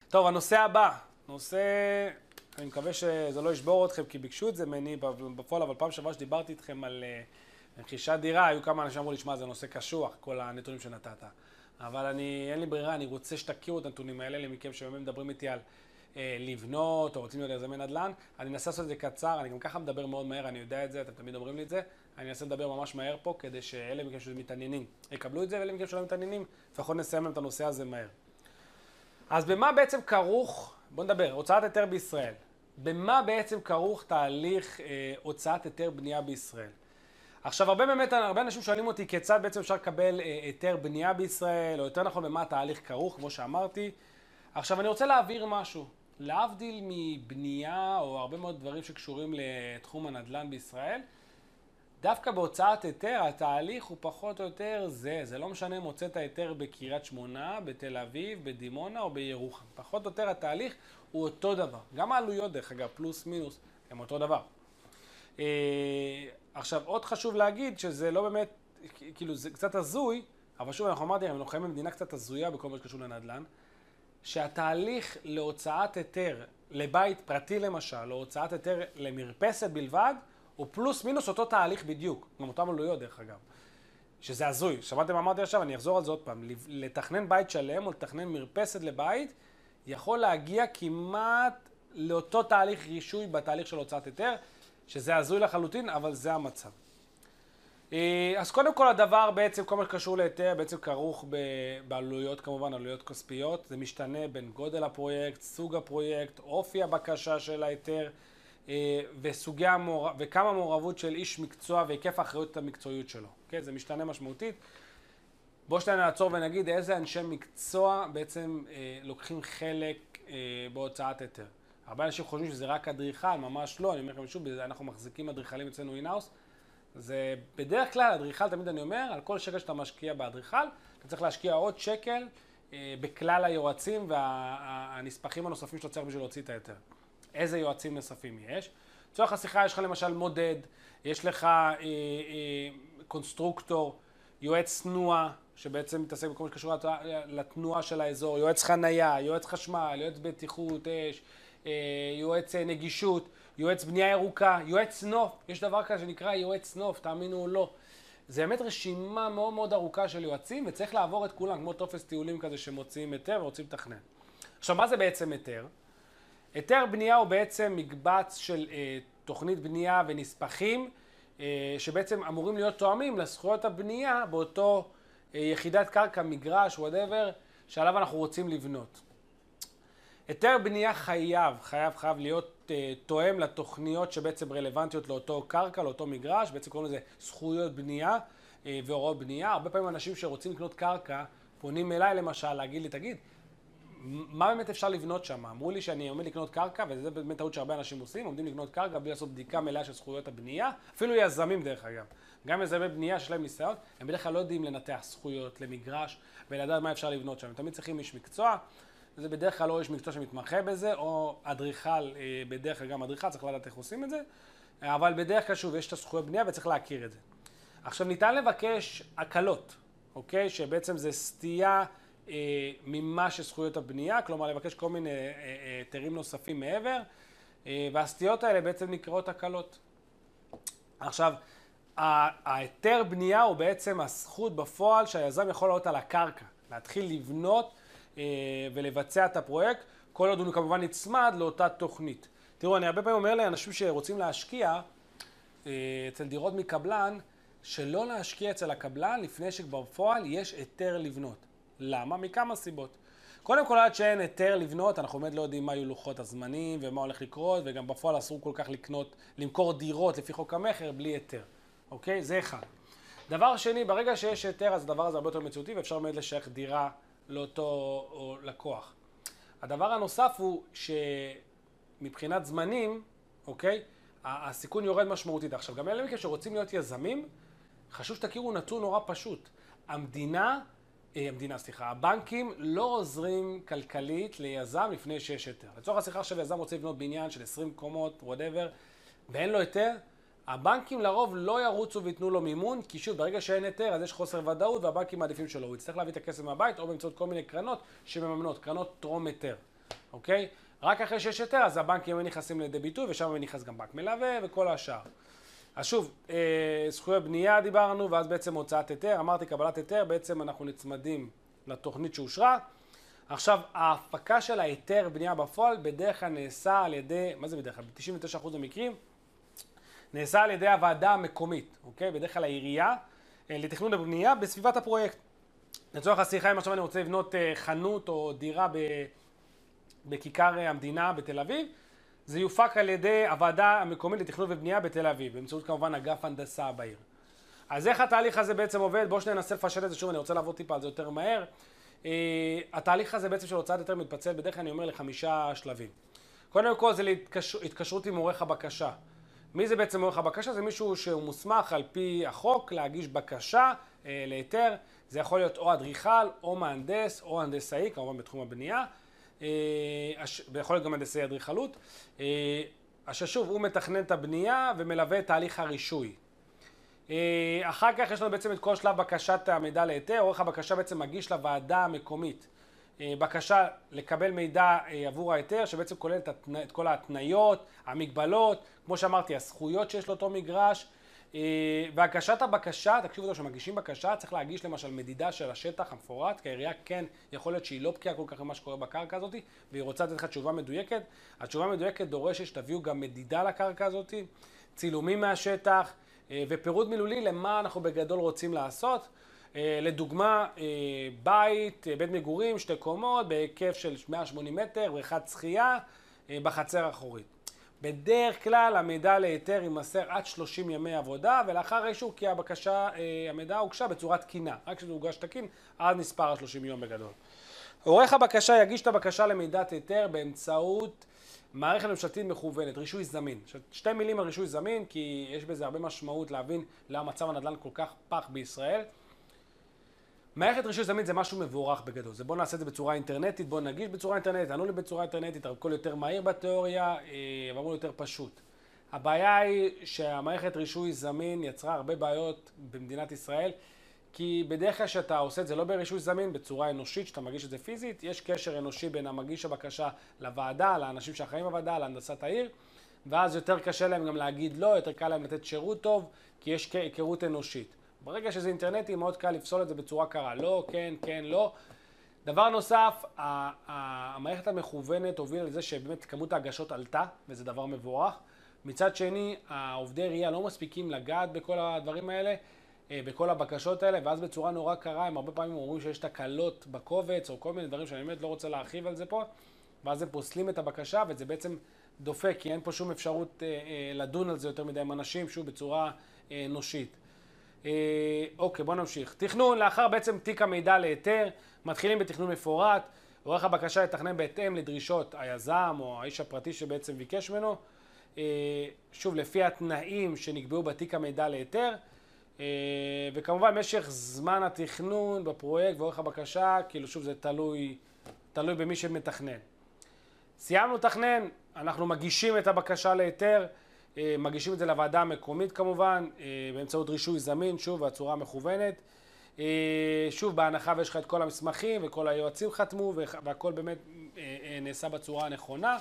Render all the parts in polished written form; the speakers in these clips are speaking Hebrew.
טוב, הנושא הבא. אני מקווה שזה לא ישבור אתכם, כי ביקשו את זה ממני בפועל, אבל פעם שעברה שדיברתי איתכם על רכישת דירה, היו כמה אנשים אמרו לי, שמע, זה נושא קשוח, כל הנתונים שנתת. אבל אין לי ברירה, אני רוצה שתכירו את הנתונים האלה, למכם שבאמת מדברים איתי על לבנות, או רוצים להיות יזמי נדל"ן. אני אנסה לעשות את זה קצר, אני גם ככה מדבר מאוד מהר, אני יודע את זה, אתם תמיד אומרים לי את זה. אני אנסה לדבר ממש מהר פה, כדי שאלה מכם שמתעניינים יקבלו את זה, ואלה מכם שלא מתעניינים, לפחות נסיים את הנושא הזה מהר. אז במה בעצם כרוך, בוא נדבר, הוצאת היתר בישראל. במה בעצם כרוך תהליך הוצאת היתר בנייה בישראל? עכשיו, הרבה אנשים שואלים אותי כיצד בעצם אפשר לקבל היתר בנייה בישראל, או יותר נכון במה התהליך כרוך, כמו שאמרתי. עכשיו, אני רוצה להעביר משהו. להבדיל מבנייה, או הרבה מאוד דברים שקשורים לתחום הנדל"ן בישראל, דווקא בהוצאת היתר, התהליך הוא פחות או יותר זה לא משנה אם הוצאת היתר בקריית שמונה, בתל אביב, בדימונה או בירוחם. פחות או יותר התהליך הוא אותו דבר. גם העלויות, דרך אגב, פלוס מינוס, הם אותו דבר. עכשיו, עוד חשוב להגיד שזה לא באמת, כאילו זה קצת הזוי, אבל שוב, אנחנו אמרתי, אנחנו חיים במדינה קצת הזויה בכל מה שקשור לנדל"ן, שהתהליך להוצאת היתר לבית פרטי למשל, או הוצאת היתר למרפסת בלבד, הוא פלוס מינוס אותו תהליך בדיוק, גם אותם עלויות דרך אגב, שזה הזוי. שמעתם מה אמרתי עכשיו, אני אחזור על זה עוד פעם. לתכנן בית שלם או לתכנן מרפסת לבית, יכול להגיע כמעט לאותו תהליך רישוי בתהליך של הוצאת היתר, שזה הזוי לחלוטין, אבל זה המצב. אז קודם כל הדבר בעצם, כל מה שקשור להיתר, בעצם כרוך בעלויות כמובן, עלויות כספיות. זה משתנה בין גודל הפרויקט, סוג הפרויקט, אופי הבקשה של ההיתר, וכמה מעורבות של איש מקצוע והיקף האחריות המקצועיות שלו. Okay? זה משתנה משמעותית. בואו שנייה נעצור ונגיד איזה אנשי מקצוע בעצם לוקחים חלק בהוצאת היתר. הרבה אנשים חושבים שזה רק אדריכל, ממש לא. אני אומר לכם שוב, אנחנו מחזיקים אדריכלים אצלנו אינהאוס. זה בדרך כלל, אדריכל, תמיד אני אומר, על כל שקל שאתה משקיע באדריכל, אתה צריך להשקיע עוד שקל בכלל היועצים והנספחים הנוספים שאתה צריך בשביל להוציא את היתר. איזה יועצים נוספים יש? לצורך השיחה יש לך למשל מודד, יש לך קונסטרוקטור, יועץ תנועה, שבעצם מתעסק בכל מה שקשור לתנועה של האזור, יועץ חנייה, יועץ חשמל, יועץ בטיחות אש, יועץ נגישות, יועץ בנייה ירוקה, יועץ נוף, יש דבר כזה שנקרא יועץ נוף, תאמינו או לא. זה באמת רשימה מאוד מאוד ארוכה של יועצים, וצריך לעבור את כולם, כמו טופס טיולים כזה שמוציאים היתר ורוצים לתכנן. עכשיו, מה זה בעצם היתר? היתר בנייה הוא בעצם מקבץ של תוכנית בנייה ונספחים, שבעצם אמורים להיות תואמים לזכויות הבנייה באותו יחידת קרקע, מגרש, whatever, שעליו אנחנו רוצים לבנות. היתר בנייה חייב להיות תואם לתוכניות שבעצם רלוונטיות לאותו קרקע, לאותו מגרש, בעצם קוראים לזה זכויות בנייה והוראות בנייה. הרבה פעמים אנשים שרוצים לקנות קרקע פונים אליי למשל להגיד לי, תגיד, מה באמת אפשר לבנות שם? אמרו לי שאני עומד לקנות קרקע, וזה באמת טעות שהרבה אנשים עושים, עומדים לקנות קרקע בלי לעשות בדיקה מלאה של זכויות הבנייה, אפילו יזמים דרך אגב. גם יזמי בנייה שיש להם ניסיון, הם בדרך כלל לא יודעים לנתח זכויות למגרש ולדעת מה אפשר לבנות שם. הם תמיד צריכים איש מקצוע, זה בדרך כלל לא איש מקצוע שמתמחה בזה, או אדריכל, בדרך כלל גם אדריכל, צריך לדעת איך עושים את זה, אבל בדרך כלל שוב יש את הזכויות בנייה וצריך להכיר את זה. עכשיו ניתן לבקש הקלות, אוקיי? שבעצם זה סטייה ממה שזכויות הבנייה, כלומר לבקש כל מיני היתרים נוספים מעבר, והסטיות האלה בעצם נקראות הקלות. עכשיו, ההיתר בנייה הוא בעצם הזכות בפועל שהיזם יכול לעלות על הקרקע, להתחיל לבנות ולבצע את הפרויקט, כל עוד הוא כמובן נצמד לאותה תוכנית. תראו, אני הרבה פעמים אומר לאנשים שרוצים להשקיע אצל דירות מקבלן, שלא להשקיע אצל הקבלן לפני שבפועל יש היתר לבנות. למה? מכמה סיבות. קודם כל, עד שאין היתר לבנות, אנחנו באמת לא יודעים מה יהיו לוחות הזמנים ומה הולך לקרות, וגם בפועל אסור כל כך למכור דירות לפי חוק המכר בלי היתר. אוקיי? זה אחד. דבר שני, ברגע שיש היתר, אז הדבר הזה הרבה יותר מציאותי, ואפשר באמת לשייך דירה לאותו לקוח. הדבר הנוסף הוא שמבחינת זמנים, אוקיי? הסיכון יורד משמעותית. עכשיו, גם אלה מכם שרוצים להיות יזמים, חשוב שתכירו נתון נורא פשוט. הבנקים לא עוזרים כלכלית ליזם לפני שיש היתר. לצורך השיחה עכשיו יזם רוצה לבנות בניין של 20 קומות, whatever, ואין לו היתר, הבנקים לרוב לא ירוצו ויתנו לו מימון, כי שוב, ברגע שאין היתר, אז יש חוסר ודאות, והבנקים מעדיפים שלו. הוא יצטרך להביא את הכסף מהבית, או באמצעות כל מיני קרנות שמממנות, קרנות טרום היתר. אוקיי? רק אחרי שיש היתר, אז הבנקים נכנסים לידי ביטוי, ושם נכנס גם בנק מלווה וכל השאר. אז שוב, זכויות בנייה דיברנו, ואז בעצם הוצאת היתר. אמרתי, קבלת היתר, בעצם אנחנו נצמדים לתוכנית שאושרה. עכשיו, ההפקה של ההיתר בנייה בפועל בדרך כלל נעשה על ידי, מה זה בדרך כלל? ב-99% המקרים, נעשה על ידי הוועדה המקומית, אוקיי? בדרך כלל העירייה, לתכנון הבנייה בסביבת הפרויקט. לצורך השיחה, אם עכשיו אני רוצה לבנות חנות או דירה בכיכר המדינה בתל אביב, זה יופק על ידי הוועדה המקומית לתכנון ובנייה בתל אביב, באמצעות כמובן אגף הנדסה בעיר. אז איך התהליך הזה בעצם עובד? בואו ננסה לפשט את זה שוב, אני רוצה לעבור טיפה על זה יותר מהר. התהליך הזה בעצם של הוצאת היתר מתפצל, בדרך כלל אני אומר ל5 שלבים. קודם כל זה להתקשרות עם עורך הבקשה. מי זה בעצם עורך הבקשה? זה מישהו שהוא מוסמך על פי החוק להגיש בקשה להיתר. זה יכול להיות או אדריכל, או מהנדס, או הנדסאי, כמובן בתחום הבנייה. ויכול להיות גם הנדסאי אדריכלות. שוב, הוא מתכנן את הבנייה ומלווה את תהליך הרישוי. אחר כך יש לנו בעצם את כל שלב בקשת המידע להיתר. עורך הבקשה בעצם מגיש לוועדה המקומית בקשה לקבל מידע עבור ההיתר, שבעצם כולל את כל ההתניות, המגבלות, כמו שאמרתי, הזכויות שיש לאותו מגרש. והגשת הבקשה, תקשיבו אותו, שמגישים בקשה, צריך להגיש למשל מדידה של השטח המפורט, כי העירייה כן יכול להיות שהיא לא בקיאה כל כך במה שקורה בקרקע הזאת, והיא רוצה לתת לך תשובה מדויקת. התשובה המדויקת דורשת שתביאו גם מדידה לקרקע הזאת, צילומים מהשטח, ופירוט מילולי למה אנחנו בגדול רוצים לעשות. לדוגמה, בית מגורים, 2 קומות, בהיקף של 180 מטר, בריכת שחייה, בחצר האחורית. בדרך כלל המידע להיתר יימסר עד 30 ימי עבודה, ולאחר אישור כי המידע הוגשה בצורה תקינה. רק כשזה הוגש תקין, עד נספר 30 יום בגדול. עורך הבקשה יגיש את הבקשה למידת היתר באמצעות מערכת ממשלתית מכוונת, רישוי זמין. 2 מילים על רישוי זמין, כי יש בזה הרבה משמעות להבין למה מצב הנדל"ן כל כך פח בישראל. מערכת רישוי זמין זה משהו מבורך בגדול. בואו נעשה את זה בצורה אינטרנטית, בואו נגיש בצורה אינטרנטית, ענו לי בצורה אינטרנטית, הכל יותר מהיר בתיאוריה, ואמרו יותר פשוט. הבעיה היא שהמערכת רישוי זמין יצרה הרבה בעיות במדינת ישראל, כי בדרך כלל שאתה עושה את זה לא ברישוי זמין, בצורה אנושית, שאתה מגיש את זה פיזית, יש קשר אנושי בין המגיש הבקשה לוועדה, לאנשים שאחראים בוועדה, להנדסת העיר, ואז יותר קשה להם גם להגיד לא, יותר קל להם לתת שירות טוב, כי יש היכרות אנושית. ברגע שזה אינטרנטי, מאוד קל לפסול את זה בצורה קרה. לא, כן, כן, לא. דבר נוסף, המערכת המכוונת הובילה לזה שבאמת כמות ההגשות עלתה, וזה דבר מבורך. מצד שני, העובדי עירייה לא מספיקים לגעת בכל הדברים האלה, בכל הבקשות האלה, ואז בצורה נורא קרה, הם הרבה פעמים אומרים שיש תקלות בקובץ, או כל מיני דברים שאני באמת לא רוצה להרחיב על זה פה, ואז הם פוסלים את הבקשה, וזה בעצם דופק, כי אין פה שום אפשרות לדון על זה יותר מדי עם אנשים, שוב בצורה אנושית. אוקיי, בואו נמשיך. תכנון, לאחר בעצם תיק המידע להיתר, מתחילים בתכנון מפורט, עורך הבקשה יתכנן בהתאם לדרישות היזם או האיש הפרטי שבעצם ביקש ממנו, שוב, לפי התנאים שנקבעו בתיק המידע להיתר, וכמובן משך זמן התכנון בפרויקט ועורך הבקשה, כאילו שוב זה תלוי במי שמתכנן. סיימנו לתכנן, אנחנו מגישים את הבקשה להיתר, מגישים את זה לוועדה המקומית כמובן, באמצעות רישוי זמין, שוב, והצורה המכוונת. שוב, בהנחה ויש לך את כל המסמכים וכל היועצים חתמו והכל באמת נעשה בצורה הנכונה.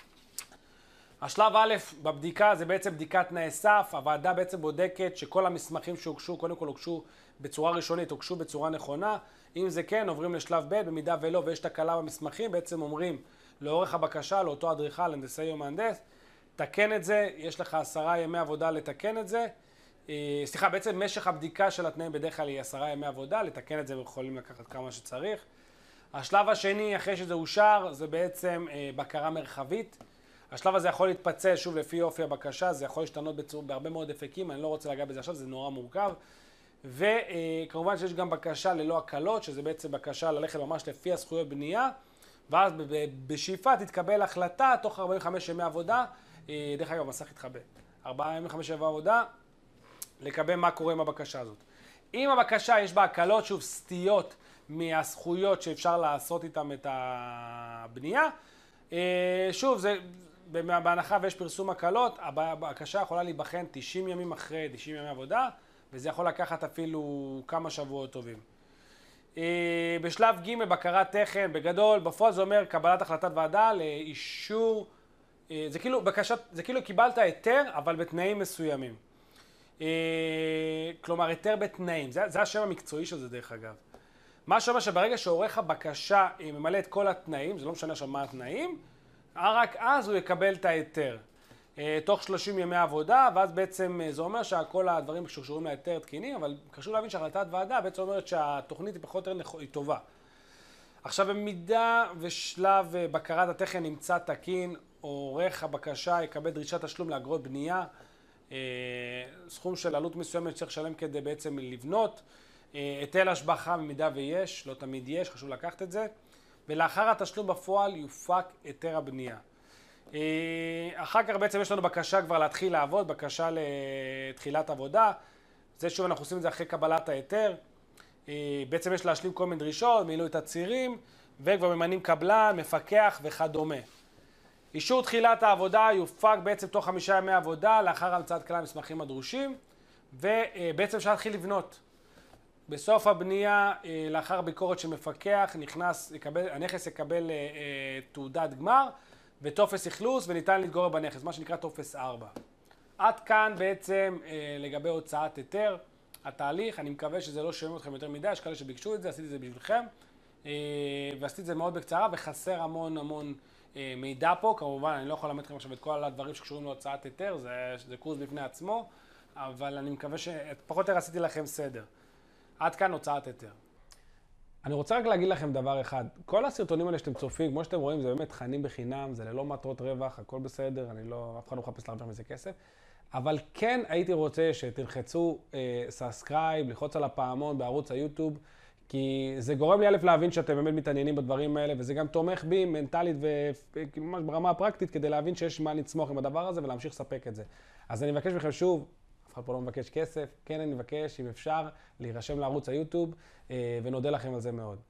השלב א' בבדיקה זה בעצם בדיקת תנאי סף. הוועדה בעצם בודקת שכל המסמכים שהוגשו, קודם כל הוגשו בצורה ראשונית, הוגשו בצורה נכונה. אם זה כן, עוברים לשלב ב', במידה ולא ויש תקלה במסמכים, בעצם אומרים לעורך הבקשה, לאותו אדריכל, הנדסאי או מהנדס, תקן את זה, יש לך 10 ימי עבודה לתקן את זה. סליחה, בעצם משך הבדיקה של התנאים בדרך כלל היא 10 ימי עבודה, לתקן את זה ויכולים לקחת כמה שצריך. השלב השני, אחרי שזה אושר, זה בעצם בקרה מרחבית. השלב הזה יכול להתפצל, שוב, לפי אופי הבקשה, זה יכול להשתנות בהרבה מאוד אפקים, אני לא רוצה לגעת בזה עכשיו, זה נורא מורכב. וכמובן שיש גם בקשה ללא הקלות, שזה בעצם בקשה ללכת ממש לפי הזכויות בנייה, ואז בשאיפה תתקבל החלטה תוך 45 ימי עבודה, דרך אגב, המסך יתחבא, 45 ימי עבודה, לקבל מה קורה עם הבקשה הזאת. אם הבקשה יש בה הקלות, שוב, סטיות מהזכויות שאפשר לעשות איתם את הבנייה, שוב, זה בהנחה ויש פרסום הקלות, הבקשה יכולה להיבחן 90 ימים אחרי 90 ימי עבודה, וזה יכול לקחת אפילו כמה שבועות טובים. בשלב ג' בקרת תכן, בגדול, בפועל זה אומר קבלת החלטת ועדה לאישור, זה כאילו קיבלת היתר, אבל בתנאים מסוימים. כלומר, היתר בתנאים, זה השם המקצועי של זה דרך אגב. מה שאומר שברגע שעורך הבקשה ממלא את כל התנאים, זה לא משנה עכשיו מה התנאים, רק אז הוא יקבל את ההיתר. תוך 30 ימי עבודה, ואז בעצם זה אומר שכל הדברים שקשורים להיתר תקינים, אבל חשוב להבין שהחלטת ועדה בעצם אומרת שהתוכנית היא פחות או יותר טובה. עכשיו, במידה ושלב בקרת התכן נמצא תקין, עורך הבקשה יקבל דרישת תשלום לאגרות בנייה, סכום של עלות מסוימת שצריך לשלם כדי בעצם לבנות, היטל השבחה במידה ויש, לא תמיד יש, חשוב לקחת את זה, ולאחר התשלום בפועל יופק היתר הבנייה. אחר כך בעצם יש לנו בקשה כבר להתחיל לעבוד, בקשה לתחילת עבודה, זה שוב אנחנו עושים את זה אחרי קבלת ההיתר, בעצם יש להשלים כל מיני דרישות, מילוי תצהירים, וכבר ממנים קבלן, מפקח וכדומה. אישור תחילת העבודה יופק בעצם תוך 5 ימי עבודה, לאחר המצאת כלל המסמכים הדרושים, ובעצם אפשר להתחיל לבנות. בסוף הבנייה, לאחר ביקורת של מפקח, הנכס יקבל תעודת גמר וטופס אכלוס, וניתן להתגורר בנכס, מה שנקרא טופס 4. עד כאן בעצם לגבי הוצאת היתר, התהליך. אני מקווה שזה לא שומעים אתכם יותר מדי, יש כאלה שביקשו את זה, עשיתי את זה בשבילכם, ועשיתי את זה מאוד בקצרה, וחסר המון מידע פה. כמובן, אני לא יכול ללמד לכם עכשיו את כל הדברים שקשורים להוצאת היתר, זה קורס בפני עצמו, אבל אני מקווה שפחות או יותר עשיתי לכם סדר. עד כאן הוצאת היתר. אני רוצה רק להגיד לכם דבר אחד, כל הסרטונים האלה שאתם צופים, כמו שאתם רואים, זה באמת תכנים בחינם, זה ללא מטרות רווח, הכל בסדר, אף אחד לא מחפש להרוויח מזה כסף, אבל כן הייתי רוצה שתלחצו סאבסקרייב, ללחוץ על הפעמון בערוץ היוטיוב, כי זה גורם לי להבין שאתם באמת מתעניינים בדברים האלה, וזה גם תומך בי מנטלית וממש ברמה הפרקטית, כדי להבין שיש מה לצמוח עם הדבר הזה ולהמשיך לספק את זה. אז אני מבקש מכם שוב, אף אחד פה לא מבקש כסף, כן אני מבקש, אם אפשר, להירשם לערוץ היוטיוב, ונודה לכם על זה מאוד.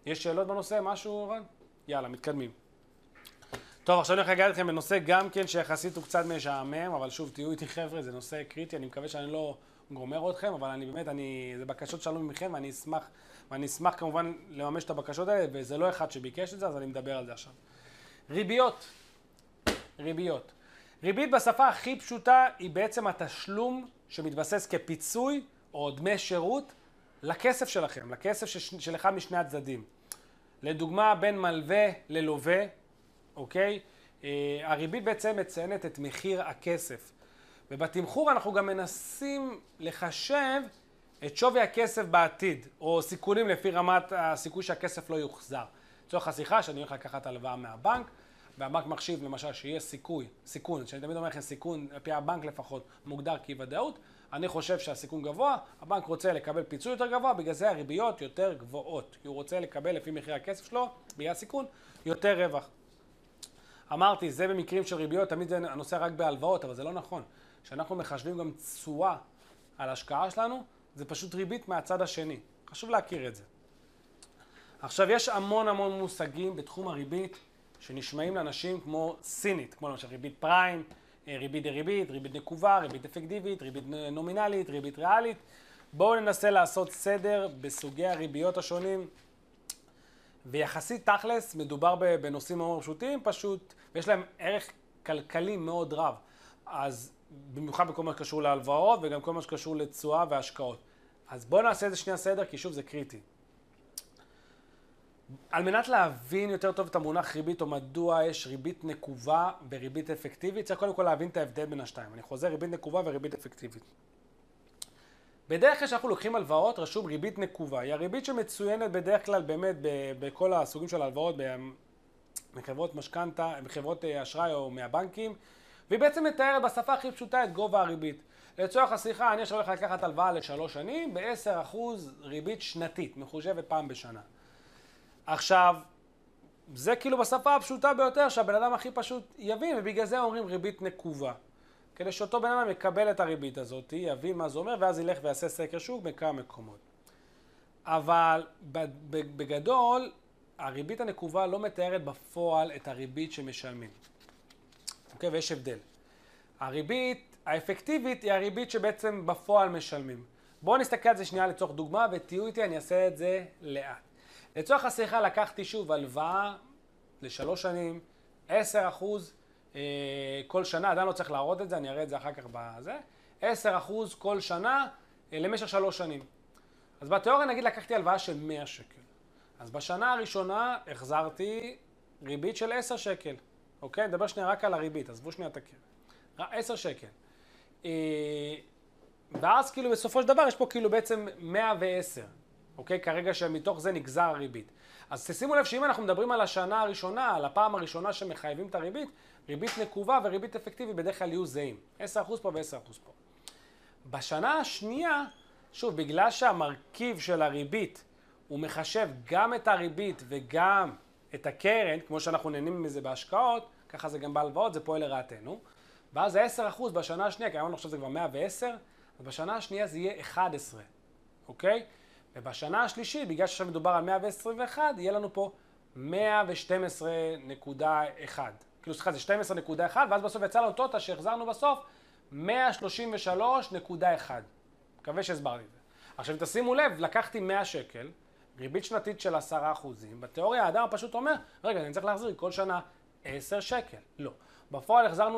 יש שאלות בנושא? משהו, רן? יאללה, מתקדמים. טוב, עכשיו אני הולך להגיד לכם בנושא גם כן שיחסית הוא קצת משעמם, אבל שוב, תהיו איתי חבר'ה, זה נושא קריטי, אני מקווה שאני לא גומר אתכם, אבל אני באמת, זה בקשות שלנו מכם, ואני אשמח כמובן לממש את הבקשות האלה, וזה לא אחד שביקש את זה, אז אני מדבר על זה עכשיו. ריביות. ריבית בשפה הכי פשוטה היא בעצם התשלום שמתבסס כפיצוי או דמי שירות לכסף שלכם, לכסף של אחד משני הצדדים. לדוגמה, בין מלווה ללווה, אוקיי? הריבית בעצם מציינת את מחיר הכסף. ובתמחור אנחנו גם מנסים לחשב את שווי הכסף בעתיד, או סיכונים לפי רמת הסיכוי שהכסף לא יוחזר. לצורך השיחה שאני הולך לקחת הלוואה מהבנק, והבנק מחשיב למשל שיש סיכון, שאני תמיד אומר לכם סיכון, על פי הבנק לפחות, מוגדר כאי ודאות, אני חושב שהסיכון גבוה, הבנק רוצה לקבל פיצוי יותר גבוה, בגלל זה הריביות יותר גבוהות, כי הוא רוצה לקבל לפי מחיר הכסף שלו, בגלל הסיכון, יותר רווח. אמרתי, זה במקרים של ריביות, תמיד זה הנושא רק בהלוואות, אבל זה לא נכון. כשאנחנו מחשבים גם תשואה על השקעה שלנו, זה פשוט ריבית מהצד השני. חשוב להכיר את זה. עכשיו, יש המון מושגים בתחום הריבית, שנשמעים לאנשים כמו סינית, כמו למשל ריבית פריים, ריבית דריבית, ריבית נקובה, ריבית אפקטיבית, ריבית נומינלית, ריבית ריאלית. בואו ננסה לעשות סדר בסוגי הריביות השונים. ויחסית תכלס, מדובר בנושאים מאוד פשוטים, פשוט, ויש להם ערך כלכלי מאוד רב. אז במיוחד בכל מה שקשור להלוואות וגם כל מה שקשור לתשואה והשקעות. אז בואו נעשה איזה שנייה סדר, כי שוב זה קריטי. על מנת להבין יותר טוב את המונח ריבית או מדוע יש ריבית נקובה וריבית אפקטיבית, צריך קודם כל להבין את ההבדל בין השתיים. אני חוזר, ריבית נקובה וריבית אפקטיבית. בדרך כלל שאנחנו לוקחים הלוואות, רשום ריבית נקובה. היא הריבית שמצוינת בדרך כלל באמת בכל הסוגים של ההלוואות, מחברות משכנתא, מחברות אשראי או מהבנקים, והיא בעצם מתארת בשפה הכי פשוטה את גובה הריבית. לצורך השיחה, אני עכשיו הולך לקחת הלוואה ל3 שנים, ב10% ריבית שנתית, מחושבת פעם בשנה. עכשיו, זה כאילו בשפה הפשוטה ביותר שהבן אדם הכי פשוט יבין, ובגלל זה אומרים ריבית נקובה. כדי שאותו בן אדם יקבל את הריבית הזאת, יבין מה זה אומר, ואז ילך ויעשה סקר שוק בכמה מקומות. אבל בגדול, הריבית הנקובה לא מתארת בפועל את הריבית שמשלמים. אוקיי? ויש הבדל. הריבית האפקטיבית היא הריבית שבעצם בפועל משלמים. בואו נסתכל על זה שנייה לצורך דוגמה, ותהיו איתי, אני אעשה את זה לאט. לצורך השיחה לקחתי שוב הלוואה ל3 שנים, 10% כל שנה, עדיין לא צריך להראות את זה, אני אראה את זה אחר כך בזה, 10% כל שנה למשך 3 שנים. אז בתיאוריה נגיד לקחתי הלוואה של 100 שקל. אז בשנה הראשונה החזרתי ריבית של 10 שקל. אוקיי? נדבר שנייה רק על הריבית, עזבו שנייה את הקרן. 10 שקל. ואז כאילו בסופו של דבר יש פה כאילו בעצם 110. אוקיי? כרגע שמתוך זה נגזר הריבית. אז תשימו לב שאם אנחנו מדברים על השנה הראשונה, על הפעם הראשונה שמחייבים את הריבית, ריבית נקובה וריבית אפקטיבית בדרך כלל יהיו זהים. 10% פה ו10% פה. בשנה השנייה, שוב, בגלל שהמרכיב של הריבית הוא מחשב גם את הריבית וגם את הקרן, כמו שאנחנו נהנים מזה בהשקעות, ככה זה גם בהלוואות, זה פועל לרעתנו. ואז זה 10% בשנה השנייה, כי היום אני חושב שזה כבר 110, אז בשנה השנייה זה יהיה 11, אוקיי? ובשנה השלישית, בגלל שעכשיו מדובר על 121, יהיה לנו פה 112.1. כאילו סליחה, זה 12.1, ואז בסוף יצא לנו טוטה שהחזרנו בסוף 133.1. מקווה שהסברתי את זה. עכשיו תשימו לב, לקחתי 100 שקל, ריבית שנתית של 10%. בתיאוריה האדם פשוט אומר, רגע, אני צריך להחזיר כל שנה 10 שקל. לא. בפועל החזרנו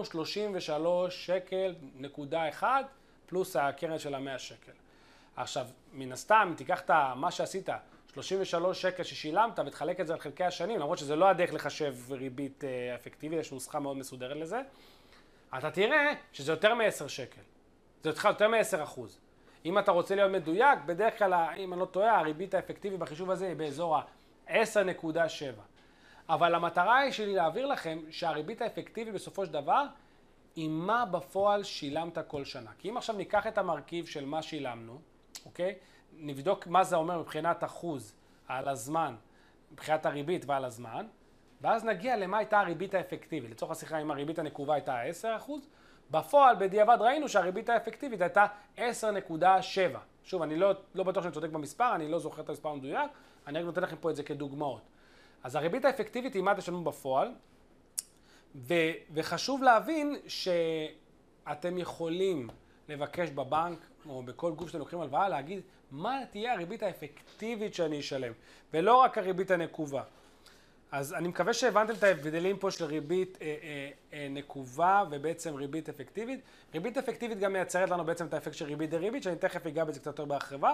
33.1 פלוס הקרן של ה-100 שקל. עכשיו, מן הסתם, תיקח את מה שעשית, 33 שקל ששילמת ותחלק את זה על חלקי השנים, למרות שזה לא הדרך לחשב ריבית אפקטיבית, יש נוסחה מאוד מסודרת לזה, אתה תראה שזה יותר מ-10 שקל. זה יותר מ-10%. אם אתה רוצה להיות מדויק, בדרך כלל, אם אני לא טועה, הריבית האפקטיבית בחישוב הזה היא באזור ה-10.7. אבל המטרה היא שלי להעביר לכם שהריבית האפקטיבית בסופו של דבר היא מה בפועל שילמת כל שנה. כי אם עכשיו ניקח את המרכיב של מה שילמנו, אוקיי? נבדוק מה זה אומר מבחינת אחוז על הזמן, מבחינת הריבית ועל הזמן, ואז נגיע למה הייתה הריבית האפקטיבית. לצורך השיחה, אם הריבית הנקובה הייתה 10%, בפועל בדיעבד ראינו שהריבית האפקטיבית הייתה 10.7. שוב, אני לא בטוח שאני צודק במספר, אני לא זוכר את המספר המדויק, אני רק נותן לכם פה את זה כדוגמאות. אז הריבית האפקטיבית היא מה תשלמו בפועל, וחשוב להבין שאתם יכולים לבקש בבנק או בכל גוף שאתם לוקחים הלוואה, להגיד מה תהיה הריבית האפקטיבית שאני אשלם, ולא רק הריבית הנקובה. אז אני מקווה שהבנתם את ההבדלים פה של ריבית נקובה ובעצם ריבית אפקטיבית. ריבית אפקטיבית גם מייצרת לנו בעצם את האפקט של ריבית דריבית, שאני תכף אגע בזה קצת יותר בהרחבה.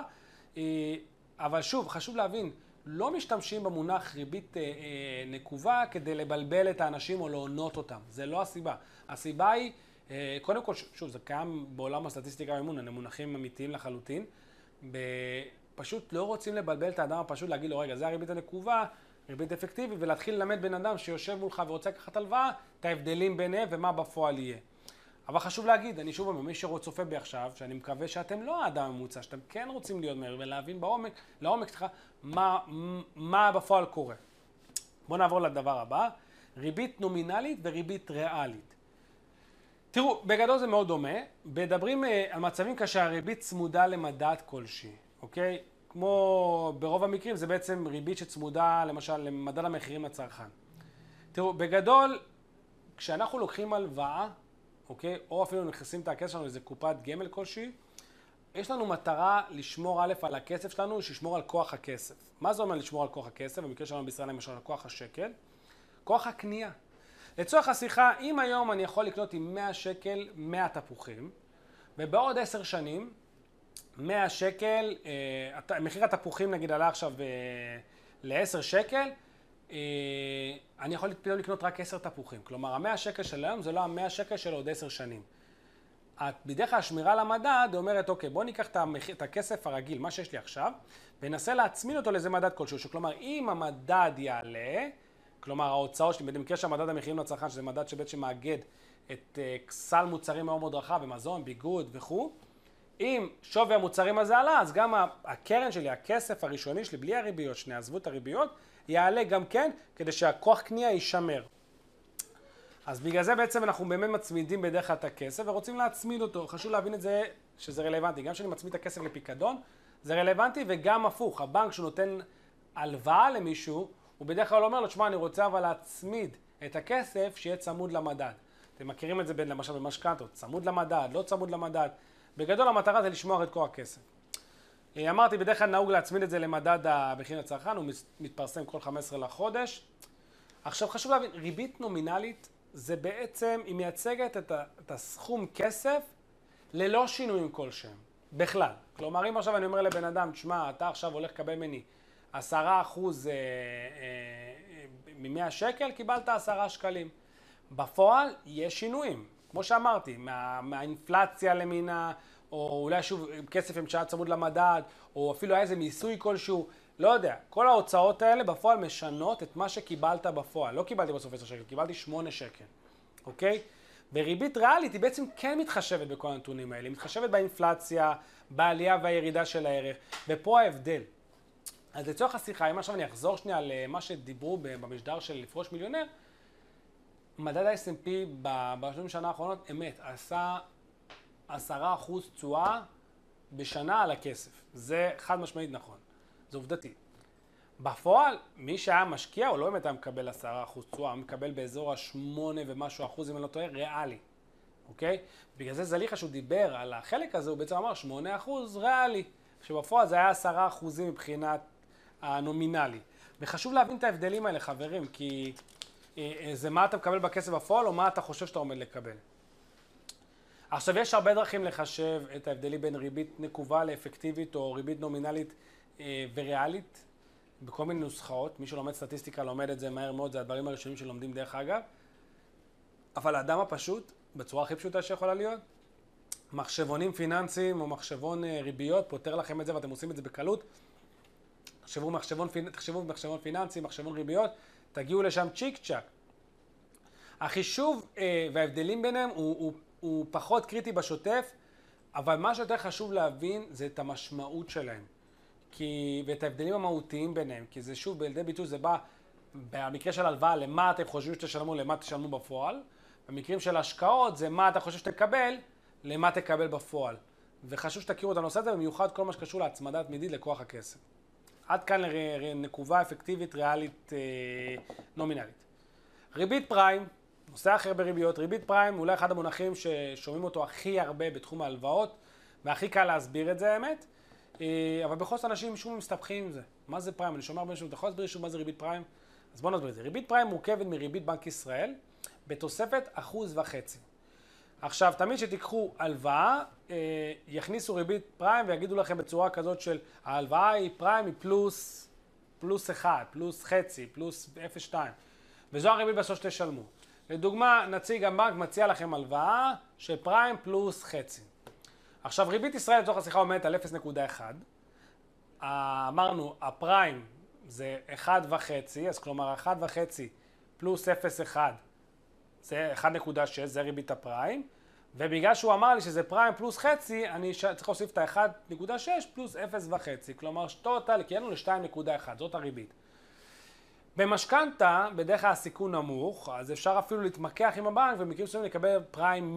אבל שוב, חשוב להבין, לא משתמשים במונח ריבית נקובה כדי לבלבל את האנשים או להונות אותם. זה לא הסיבה. הסיבה היא, קודם כל, שוב, זה קיים בעולם הסטטיסטיקה והמימון, המונחים אמיתיים לחלוטין. פשוט לא רוצים לבלבל את האדם הפשוט, להגיד לו, רגע, זה הריבית הנקובה, ריבית אפקטיבית, ולהתחיל ללמד בן אדם שיושב מולך ורוצה לקחת הלוואה, את ההבדלים ביניהם ומה בפועל יהיה. אבל חשוב להגיד, אני שוב אומר, מי שצופה בי עכשיו, שאני מקווה שאתם לא האדם הממוצע, שאתם כן רוצים להיות מהר ולהבין לעומק שלך, מה בפועל קורה. בואו נעבור לדבר הבא, ריבית נומינלית וריבית ריאלית. תראו, בגדול זה מאוד דומה, מדברים על מצבים כשהריבית צמודה למדד כלשהי, אוקיי? כמו ברוב המקרים זה בעצם ריבית שצמודה למשל למדד המחירים לצרכן. תראו, בגדול, כשאנחנו לוקחים הלוואה, אוקיי? או אפילו נכנסים את הכסף שלנו לאיזה קופת גמל כלשהי, יש לנו מטרה לשמור א' על הכסף שלנו, שישמור על כוח הכסף. מה זה אומר לשמור על כוח הכסף? במקרה שלנו בישראל למשל על כוח השקל, כוח הקנייה. לצורך השיחה, אם היום אני יכול לקנות עם 100 שקל 100 תפוחים, ובעוד 10 שנים, 100 שקל, מחיר התפוחים נגיד עלה עכשיו ל-10 שקל, אני יכול פתאום לקנות רק 10 תפוחים. כלומר, ה-100 שקל של היום זה לא ה-100 שקל של עוד 10 שנים. בדרך כלל השמירה למדד אומרת, אוקיי, בוא ניקח את הכסף הרגיל, מה שיש לי עכשיו, וננסה להצמיד אותו לאיזה מדד כלשהו. כלומר, אם המדד יעלה, כלומר, ההוצאות שלי, במקרה שהמדד המחירים לצרכן, שזה מדד שבעצם מאגד את סל מוצרים מאוד מאוד רחב, במזון, ביגוד וכו', אם שווי המוצרים הזה עלה, אז גם הקרן שלי, הכסף הראשוני שלי, בלי הריביות, עזבו את הריביות, יעלה גם כן, כדי שהכוח קנייה יישמר. אז בגלל זה בעצם אנחנו באמת מצמידים בדרך כלל את הכסף, ורוצים להצמיד אותו. חשוב להבין את זה, שזה רלוונטי. גם כשאני מצמיד את הכסף לפיקדון, זה רלוונטי, וגם הפוך. הבנק שנותן הלוואה למישהו, הוא בדרך כלל אומר לו, תשמע, אני רוצה אבל להצמיד את הכסף שיהיה צמוד למדד. אתם מכירים את זה למשל במשכנתות, צמוד למדד, לא צמוד למדד. בגדול המטרה זה לשמור את כוח הכסף. אמרתי, בדרך כלל נהוג להצמיד את זה למדד המחיר לצרכן, הוא מתפרסם כל 15 לחודש. עכשיו חשוב להבין, ריבית נומינלית זה בעצם, היא מייצגת את הסכום כסף ללא שינויים כלשהם, בכלל. כלומר, אם עכשיו אני אומר לבן אדם, תשמע, אתה עכשיו הולך לקבל ממני 10% מ-100 שקל, קיבלת 10 שקלים. בפועל יש שינויים, כמו שאמרתי, מהאינפלציה למינה, או אולי שוב כסף שהיה צמוד למדד, או אפילו היה איזה מיסוי כלשהו, לא יודע. כל ההוצאות האלה בפועל משנות את מה שקיבלת בפועל. לא קיבלתי בסוף 10 שקל, קיבלתי 8 שקל, אוקיי? וריבית ריאלית היא בעצם כן מתחשבת בכל הנתונים האלה, היא מתחשבת באינפלציה, בעלייה והירידה של הערך, ופה ההבדל. אז לצורך השיחה, אם עכשיו אני אחזור שנייה למה שדיברו במשדר של לפרוש מיליונר, מדד ה-S&P בשנים שנה האחרונות, אמת, עשה 10% תשואה בשנה על הכסף. זה חד משמעית נכון. זה עובדתי. בפועל, מי שהיה משקיע, הוא לא באמת היה מקבל 10% תשואה, הוא מקבל באזור ה-8 ומשהו אחוז, אם אני לא טועה, ריאלי. אוקיי? בגלל זה זליכה שהוא דיבר על החלק הזה, הוא בעצם אמר 8% ריאלי. שבפועל זה היה 10% מבחינת הנומינלי. וחשוב להבין את ההבדלים האלה, חברים, כי זה מה אתה מקבל בכסף בפועל, או מה אתה חושב שאתה עומד לקבל. עכשיו, יש הרבה דרכים לחשב את ההבדלים בין ריבית נקובה לאפקטיבית, או ריבית נומינלית וריאלית, בכל מיני נוסחאות. מי שלומד סטטיסטיקה לומד את זה מהר מאוד, זה הדברים הראשונים שלומדים דרך אגב. אבל האדם הפשוט, בצורה הכי פשוטה שיכולה להיות, מחשבונים פיננסיים או מחשבון ריביות, פותר לכם את זה ואתם עושים את זה בקלות. תחשבו מחשבון פיננסי, מחשבון ריביות, תגיעו לשם צ'יק צ'ק. החישוב וההבדלים ביניהם הוא פחות קריטי בשוטף, אבל מה שיותר חשוב להבין זה את המשמעות שלהם. ואת ההבדלים המהותיים ביניהם, כי זה שוב בידי ביטוי, זה בא במקרה של הלוואה למה אתם חושבים שתשלמו, למה תשלמו בפועל. במקרים של השקעות זה מה אתה חושב שתקבל, למה תקבל בפועל. וחשוב שתכירו את הנושא הזה, במיוחד כל מה שקשור להצמדת מידית לכוח הכסף. עד כאן לנקובה אפקטיבית ריאלית נומינלית. ריבית פריים, נושא אחר בריביות, ריבית פריים אולי אחד המונחים ששומעים אותו הכי הרבה בתחום ההלוואות, והכי קל להסביר את זה האמת, אבל בכל זאת אנשים שוב מסתבכים עם זה. מה זה פריים? אני שומע הרבה משהו, אתה יכול להסביר שוב מה זה ריבית פריים? אז בואו נסביר את זה. ריבית פריים מורכבת מריבית בנק ישראל בתוספת 1.5%. עכשיו, תמיד שתיקחו הלוואה, יכניסו ריבית פריים ויגידו לכם בצורה כזאת של ההלוואה היא פריים היא פלוס 1, פלוס חצי, פלוס 0.2. וזו הריבית בסוף שתשלמו. לדוגמה, נציג הבנק מציע לכם הלוואה שפריים פלוס חצי. עכשיו, ריבית ישראל לצורך השיחה עומדת על 0.1. אמרנו, הפריים זה 1.5, אז כלומר 1.5 פלוס 0.1 זה 1.6, זה ריבית הפריים. ובגלל שהוא אמר לי שזה פריים פלוס חצי, אני צריך להוסיף את ה-1.6 פלוס 0.5. כלומר, טוטל, כי אין לנו ל-2.1, זאת הריבית. במשכנתה, בדרך כלל הסיכון נמוך, אז אפשר אפילו להתמקח עם הבנק, ובמקרים מסוימים לקבל פריים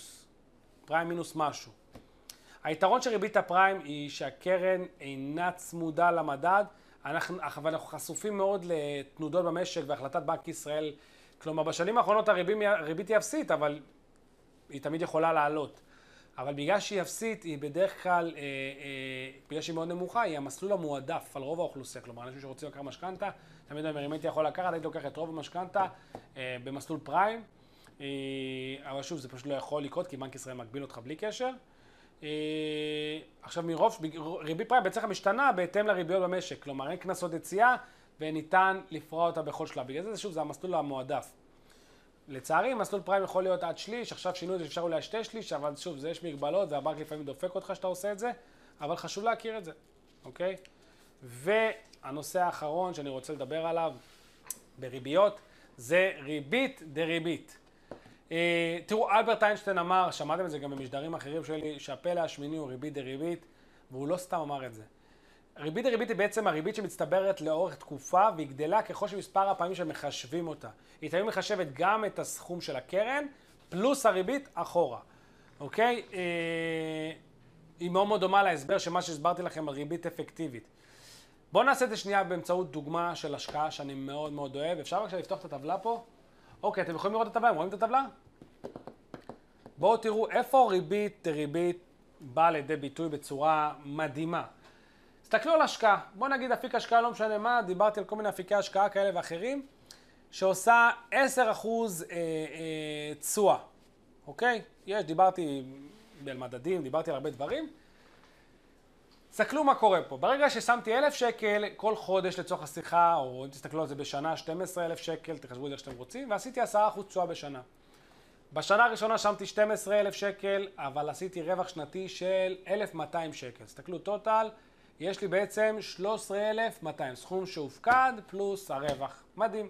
מינוס משהו. היתרון של ריבית הפריים היא שהקרן אינה צמודה למדד, אבל אנחנו חשופים מאוד לתנודות במשק והחלטת בנק ישראל. כלומר, בשנים האחרונות הריבית היא אפסית, אבל היא תמיד יכולה לעלות. אבל בגלל שהיא אפסית, היא בדרך כלל, בגלל שהיא מאוד נמוכה, היא המסלול המועדף על רוב האוכלוסייה. כלומר, אנשים שרוצים לקחת משכנתה, תמיד אומרים, אם הייתי יכול לקחת, הייתי לוקח את רוב המשכנתה במסלול פריים. אבל שוב, זה פשוט לא יכול לקרות, כי בנק ישראל מגביל אותך בלי קשר. עכשיו, ריבית פריים בעצם משתנה בהתאם לריביות במשק. כלומר, אין כנסות יציאה, וניתן לפרוע אותה בכל שלב. בגלל זה, שוב, זה המסלול המועדף. לצערי, מסלול פריים יכול להיות עד שליש, עכשיו שינו את זה, אפשר אולי 2 שליש, אבל שוב, זה יש מגבלות, והבנק לפעמים דופק אותך שאתה עושה את זה, אבל חשוב להכיר את זה, אוקיי? והנושא האחרון שאני רוצה לדבר עליו בריביות, זה ריבית דריבית. תראו, אלברט איינשטיין אמר, שמעתם את זה גם במשדרים אחרים שלי, שהפלא השמיני הוא ריבית דריבית, והוא לא סתם אמר את זה. ריבית דריבית היא בעצם הריבית שמצטברת לאורך תקופה, והיא גדלה ככל שמספר הפעמים שמחשבים אותה. היא תמיד מחשבת גם את הסכום של הקרן, פלוס הריבית אחורה. אוקיי? היא מאוד מאוד דומה להסבר שמה שהסברתי לכם על ריבית אפקטיבית. בואו נעשה את זה שנייה באמצעות דוגמה של השקעה שאני מאוד מאוד אוהב. אפשר בבקשה לפתוח את הטבלה פה? אוקיי, אתם יכולים לראות את הטבלה? רואים את הטבלה? בואו תראו איפה ריבית דריבית באה לידי ביטוי בצורה מדהימה. תסתכלו על השקעה, בואו נגיד אפיק השקעה לא משנה מה, דיברתי על כל מיני אפיקי השקעה כאלה ואחרים, שעושה 10% תשואה, אוקיי? דיברתי על מדדים, דיברתי על הרבה דברים. תסתכלו מה קורה פה, ברגע ששמתי 1,000 שקל כל חודש לצורך השיחה, או אם תסתכלו על זה בשנה, 12,000 שקל, תחשבו את זה שאתם רוצים, ועשיתי 10% תשואה בשנה. בשנה הראשונה שמתי 12,000 שקל, אבל עשיתי רווח שנתי של 1,200 שקל. תסתכלו טוטל, יש לי בעצם 13,200, סכום שהופקד פלוס הרווח. מדהים.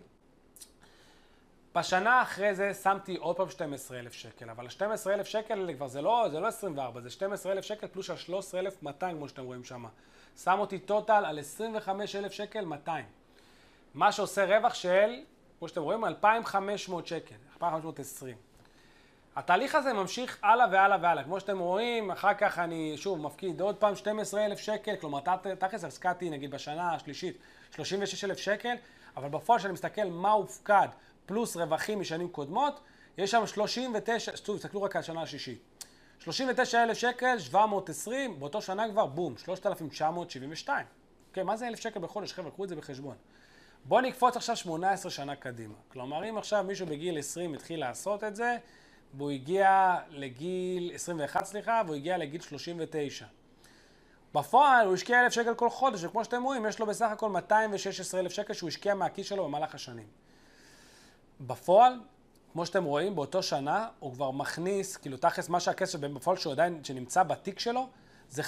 בשנה אחרי זה שמתי עוד פעם 12,000 שקל, אבל ה-12,000 שקל כבר זה לא 24, זה 12,000 שקל פלוס ה-13,200 כמו שאתם רואים שם. שם אותי טוטל על 25,000 שקל 200. מה שעושה רווח של, כמו שאתם רואים, 2,500 שקל, 2,520. התהליך הזה ממשיך הלאה והלאה והלאה. כמו שאתם רואים, אחר כך אני שוב מפקיד עוד פעם 12,000 שקל, כלומר תכלס השקעתי נגיד בשנה השלישית 36,000 שקל, אבל בפועל שאני מסתכל מה הופקד פלוס רווחים משנים קודמות, יש שם 39, תסתכלו רק על השנה השישית. 39,000 שקל, 720, באותו שנה כבר בום, 3,972. אוקיי, מה זה 1,000 שקל בחודש? חבר'ה, קחו את זה בחשבון. בואו נקפוץ עכשיו 18 שנה קדימה. כלומר, אם עכשיו מישהו בגיל 20 התחיל לעשות את זה, והוא הגיע לגיל 21, והוא הגיע לגיל 39. בפועל הוא השקיע 1,000 שקל כל חודש, וכמו שאתם רואים, יש לו בסך הכל 216,000 שקל שהוא השקיע מהכיס שלו במהלך השנים. בפועל, כמו שאתם רואים, באותו שנה הוא כבר מכניס, כאילו תכלס מה שהכסף בפועל שהוא עדיין, שנמצא בתיק שלו, זה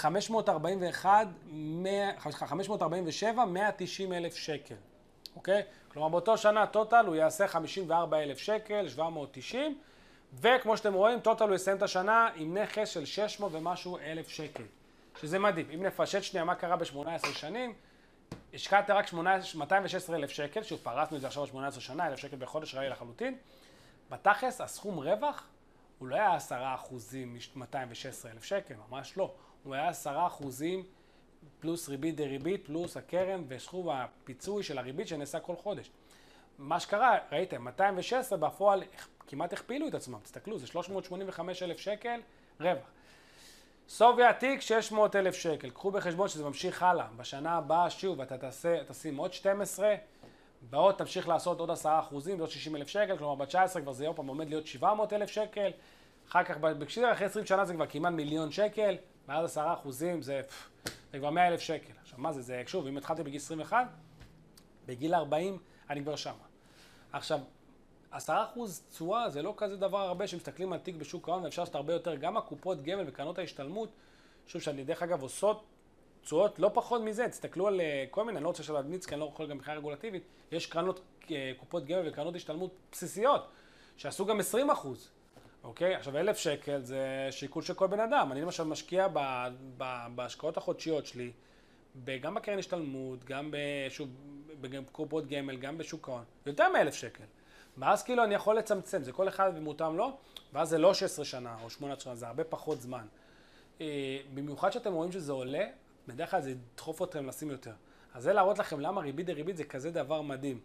547, 190,000 שקל. אוקיי? כלומר, באותו שנה טוטל הוא יעשה 54,000 שקל, 790, וכמו שאתם רואים, טוטל הוא יסיים את השנה עם נכס של 600 ומשהו אלף שקל. שזה מדהים. אם נפשט שנייה מה קרה ב-18 שנים, השקעת רק 216,000 שקל, שוב פרסנו את זה עכשיו ב-18 שנה, 1,000 שקל בחודש ראי לחלוטין. בתכלס, הסכום רווח הוא לא היה 10% מ-216,000 שקל, ממש לא. הוא היה 10% פלוס ריבית דריבית, פלוס הקרן וסכום הפיצוי של הריבית שנעשה כל חודש. מה שקרה, ראיתם, 216 בפועל כמעט הכפילו את עצמם, תסתכלו, זה 385,000 שקל רווח. סובי עתיק 600,000 שקל, קחו בחשבון שזה ממשיך הלאה, בשנה הבאה שוב אתה תשים עוד 12, בעוד תמשיך לעשות עוד 10% ועוד 60,000 שקל, כלומר ב-19 כבר זה פעם עומד להיות 700,000 שקל, אחר כך בקשירה אחרי 20 שנה זה כבר כמעט מיליון שקל, ועד 10% זה כבר 100,000 שקל. עכשיו מה זה, שוב, אם התחלתי בגיל 21, בגיל 40 אני כבר שמה. עכשיו, 10% תשואה זה לא כזה דבר הרבה שמסתכלים על תיק בשוק ההון, ואפשר לעשות הרבה יותר, גם הקופות גמל וקרנות ההשתלמות, שוב שאני דרך אגב עושות תשואות לא פחות מזה, תסתכלו על כל מיני, אני לא רוצה להדמיץ, כי אני לא יכול גם מבחינה רגולטיבית, יש קופות גמל וקרנות השתלמות בסיסיות, שעשו גם 20%. אוקיי? עכשיו 1,000 שקל זה שיקול של כל בן אדם. אני למשל משקיע בהשקעות החודשיות שלי, גם בקרן השתלמות, גם בקופות גמל, גם בשוק ההון, יותר מ1,000 שקל. ואז כאילו אני יכול לצמצם, זה כל אחד ומותם לא, ואז זה לא 16 שנה או 18 שנה, זה הרבה פחות זמן. במיוחד שאתם רואים שזה עולה, בדרך כלל זה ידחוף אתכם לשים יותר. אז זה להראות לכם למה ריבית דריבית זה כזה דבר מדהים.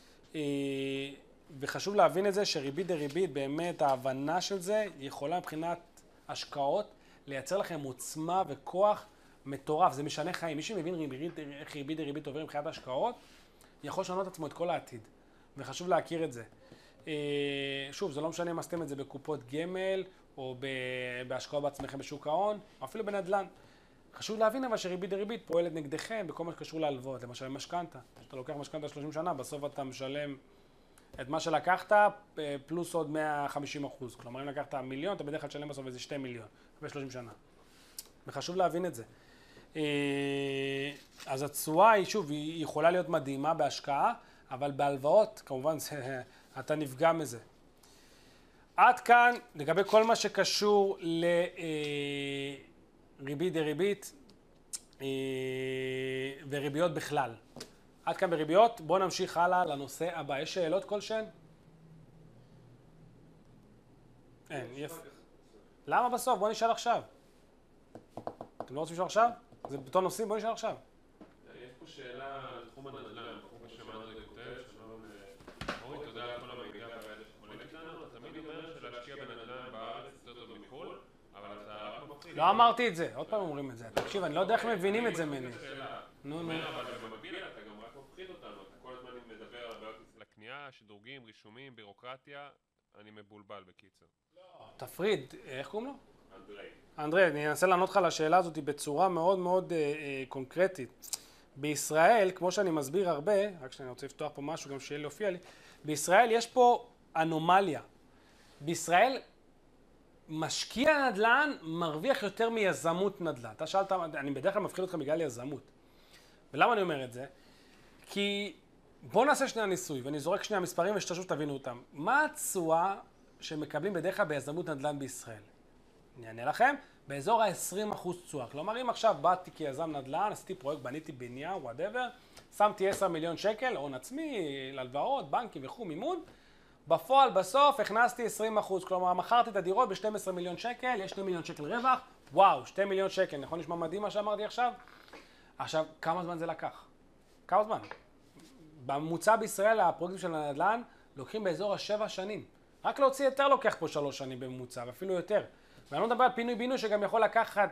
וחשוב להבין את זה שריבית דריבית, באמת ההבנה של זה יכולה מבחינת השקעות לייצר לכם עוצמה וכוח מטורף. זה משנה חיים. מי שמבין איך ריבית דריבית עובר מבחינת השקעות, יכול לשנות עצמו את כל העתיד. וחשוב להכיר את זה. שוב, זה לא משנה אם עשיתם את זה בקופות גמל, או בהשקעות בעצמכם בשוק ההון, או אפילו בנדל"ן. חשוב להבין אבל שריבית דריבית פועלת נגדכם בכל מה שקשור להלוואות. למשל משכנתא. כשאתה לוקח משכנתא 30 שנה, בסוף אתה משלם את מה שלקחת פלוס עוד 150%. כלומר, אם לקחת מיליון, אתה בדרך כלל תשלם בסוף איזה 2 מיליון, ב-30 שנה. וחשוב להבין את זה. אז התשואה היא, שוב, היא יכולה להיות מדהימה בהשקעה, אבל בהלוואות, כמובן, אתה נפגע מזה. עד כאן, לגבי כל מה שקשור לריבית דריבית וריביות בכלל. עד כאן בריביות, בואו נמשיך הלאה לנושא הבא. יש שאלות כלשהן? אין, יפה. למה בסוף? בואו נשאל עכשיו. אתם לא רוצים לשאול עכשיו? זה באותו נושאים, בואו נשאל עכשיו. יש פה שאלה על תחום הנדל"ן, כמו שמענו את כותב, שלום אורי, תודה על כל המידע והידע שחולקת לנו. אתה תמיד אומר שלהשקיע בנדל"ן בארץ יותר טוב מחו"ל, אבל אתה רק מפחיד. לא אמרתי את זה, עוד פעם אומרים את זה. תקשיב, אני לא יודע איך מבינים את זה ממני. נו. אבל במקביל אתה גם רק מפחיד אותנו, אתה כל הזמן מדבר על הבעיות לקנייה, שדרוגים, רישומים, בירוקרטיה, אני מבולבל בקיצר. תפריד, איך קוראים לו? אנדרי. אנדרי, אני אנסה לענות לך על השאלה הזאת בצורה מאוד מאוד קונקרטית. בישראל, כמו שאני מסביר הרבה, רק שאני רוצה לפתוח פה משהו גם שיהיה להופיע לי, בישראל יש פה אנומליה. בישראל משקיע נדל"ן מרוויח יותר מיזמות נדל"ן. אתה שאלת, אני בדרך כלל מפחיד אותך בגלל יזמות. ולמה אני אומר את זה? כי בואו נעשה שנייה ניסוי, ואני זורק שנייה מספרים ושתשוב תבינו אותם. מה התשואה שמקבלים בדרך כלל ביזמות נדל"ן בישראל? אני אענה לכם, באזור ה-20% תשואה. כלומר, אם עכשיו באתי כיזם נדל"ן, עשיתי פרויקט, בניתי בניין, whatever, שמתי 10 מיליון שקל, הון עצמי, להלוואות, בנקים וכו', מימון, בפועל בסוף הכנסתי 20%. כלומר, מכרתי את הדירות ב-12 מיליון שקל, יש 2 מיליון שקל רווח, וואו, 2 מיליון שקל, נכון נשמע מדהים מה שאמרתי עכשיו? עכשיו, כמה זמן זה לקח? כמה זמן? בממוצע בישראל, הפרויקטים של הנדל"ן לוקחים באזור ה-7 שנים. רק להוציא יותר לוקח פה 3 שנים בממוצע, ואפילו יותר. ואני לא מדבר על פינוי בינוי שגם יכול לקחת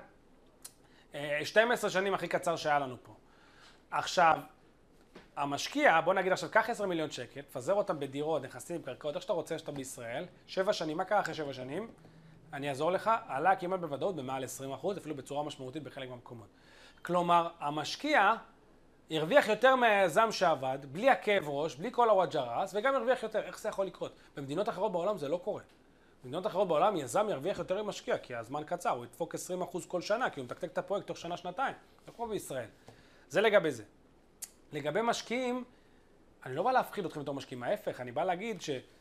12 שנים הכי קצר שהיה לנו פה. עכשיו, המשקיע, בוא נגיד עכשיו, קח 10 מיליון שקל, תפזר אותם בדירות, נכסים, קרקעות, איך שאתה רוצה שאתה בישראל, 7 שנים, מה קרה אחרי 7 שנים? אני אעזור לך, עלה כמעט בוודאות במעל 20%, אפילו בצורה משמעותית בחלק מהמקומות. כלומר, המשקיע הרוויח יותר מהיזם שעבד, בלי הכאב ראש, בלי כל הוואג'רס, וגם הרוויח יותר. איך זה יכול לקרות? במדינות אחרות בעולם זה לא קורה. במדינות אחרות בעולם יזם ירוויח יותר ממשקיע, כי הזמן קצר, הוא ידפוק 20% כל שנה, כי הוא מתקתק את הפרויקט תוך שנה, שנתיים. לא כמו בישראל. זה לגבי זה. לגבי משקיעים, אני לא בא להפחיד אתכם בתור משקיעים, ההפך, אני בא להגיד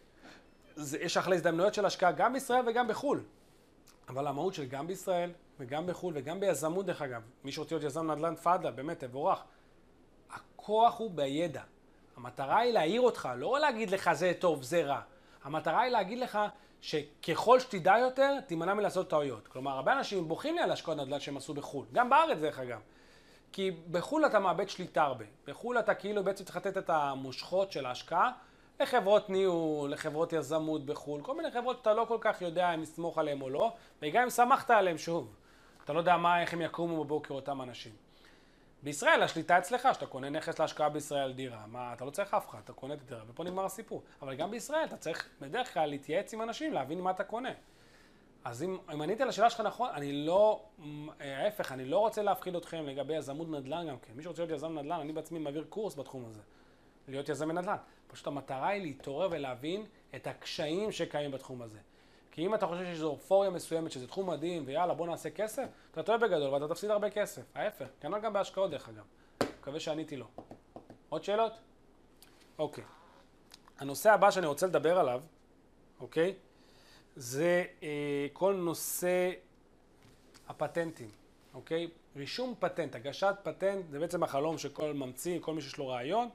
שיש אחלה הזדמנויות של השקעה גם בישראל וגם בחו"ל. אבל המהות של גם בישראל וגם בחו"ל וגם ביזמות דרך אגב, מי שרוצה להיות יזם נדל"ן פאדל, באמת, תבורך. הכוח הוא בידע. המטרה היא להעיר אותך, לא להגיד לך זה טוב, זה רע. המטרה היא להגיד לך שככל שתדע יותר, תימנע מלעשות טעויות. כלומר, הרבה אנשים בוכים לי על השקעות נדל"ן שהם עשו בחו"ל, גם בארץ דרך אגב. כי בחו"ל אתה מאבד שליטה הרבה. בחו"ל אתה כאילו בעצם צריך לתת את המושכות של ההשקעה לחברות ניהול, לחברות יזמות בחו"ל, כל מיני חברות שאתה לא כל כך יודע אם לסמוך עליהם או לא, וגם אם שמחת עליהם שוב. אתה לא יודע איך הם יקומו בבוקר אותם אנשים. בישראל השליטה אצלך, שאתה קונה נכס להשקעה בישראל דירה, אתה לא צריך אף אחד, אתה קונה את הדירה, ופה נגמר הסיפור. אבל גם בישראל אתה צריך בדרך כלל להתייעץ עם אנשים, להבין מה אתה קונה. אז אם עניתי על השאלה שלך נכון, ההפך, אני לא רוצה להפחיד אתכם לגבי יזמות נדל"ן גם כן. מי שרוצה להיות יזם נדל"ן, אני בעצמי מעביר קורס בתחום הזה. להיות יזם נדל"ן. פשוט המטרה היא להתעורר ולהבין את הקשיים שקיימים בתחום הזה. כי אם אתה חושב שיש אופוריה מסוימת, שזה תחום מדהים, ויאללה בוא נעשה כסף, אתה טועה בגדול ואתה תפסיד הרבה כסף. ההפך, כנראה גם בהשקעות דרך אגב. מקווה שעניתי לו. עוד שאלות? אוקיי. הנושא הבא שאני רוצה לדבר עליו, אוקיי? זה כל נושא הפטנטים, אוקיי? רישום פטנט, הגשת פטנט, זה בעצם החלום של כל ממציא, כל מי שיש לו רעיון.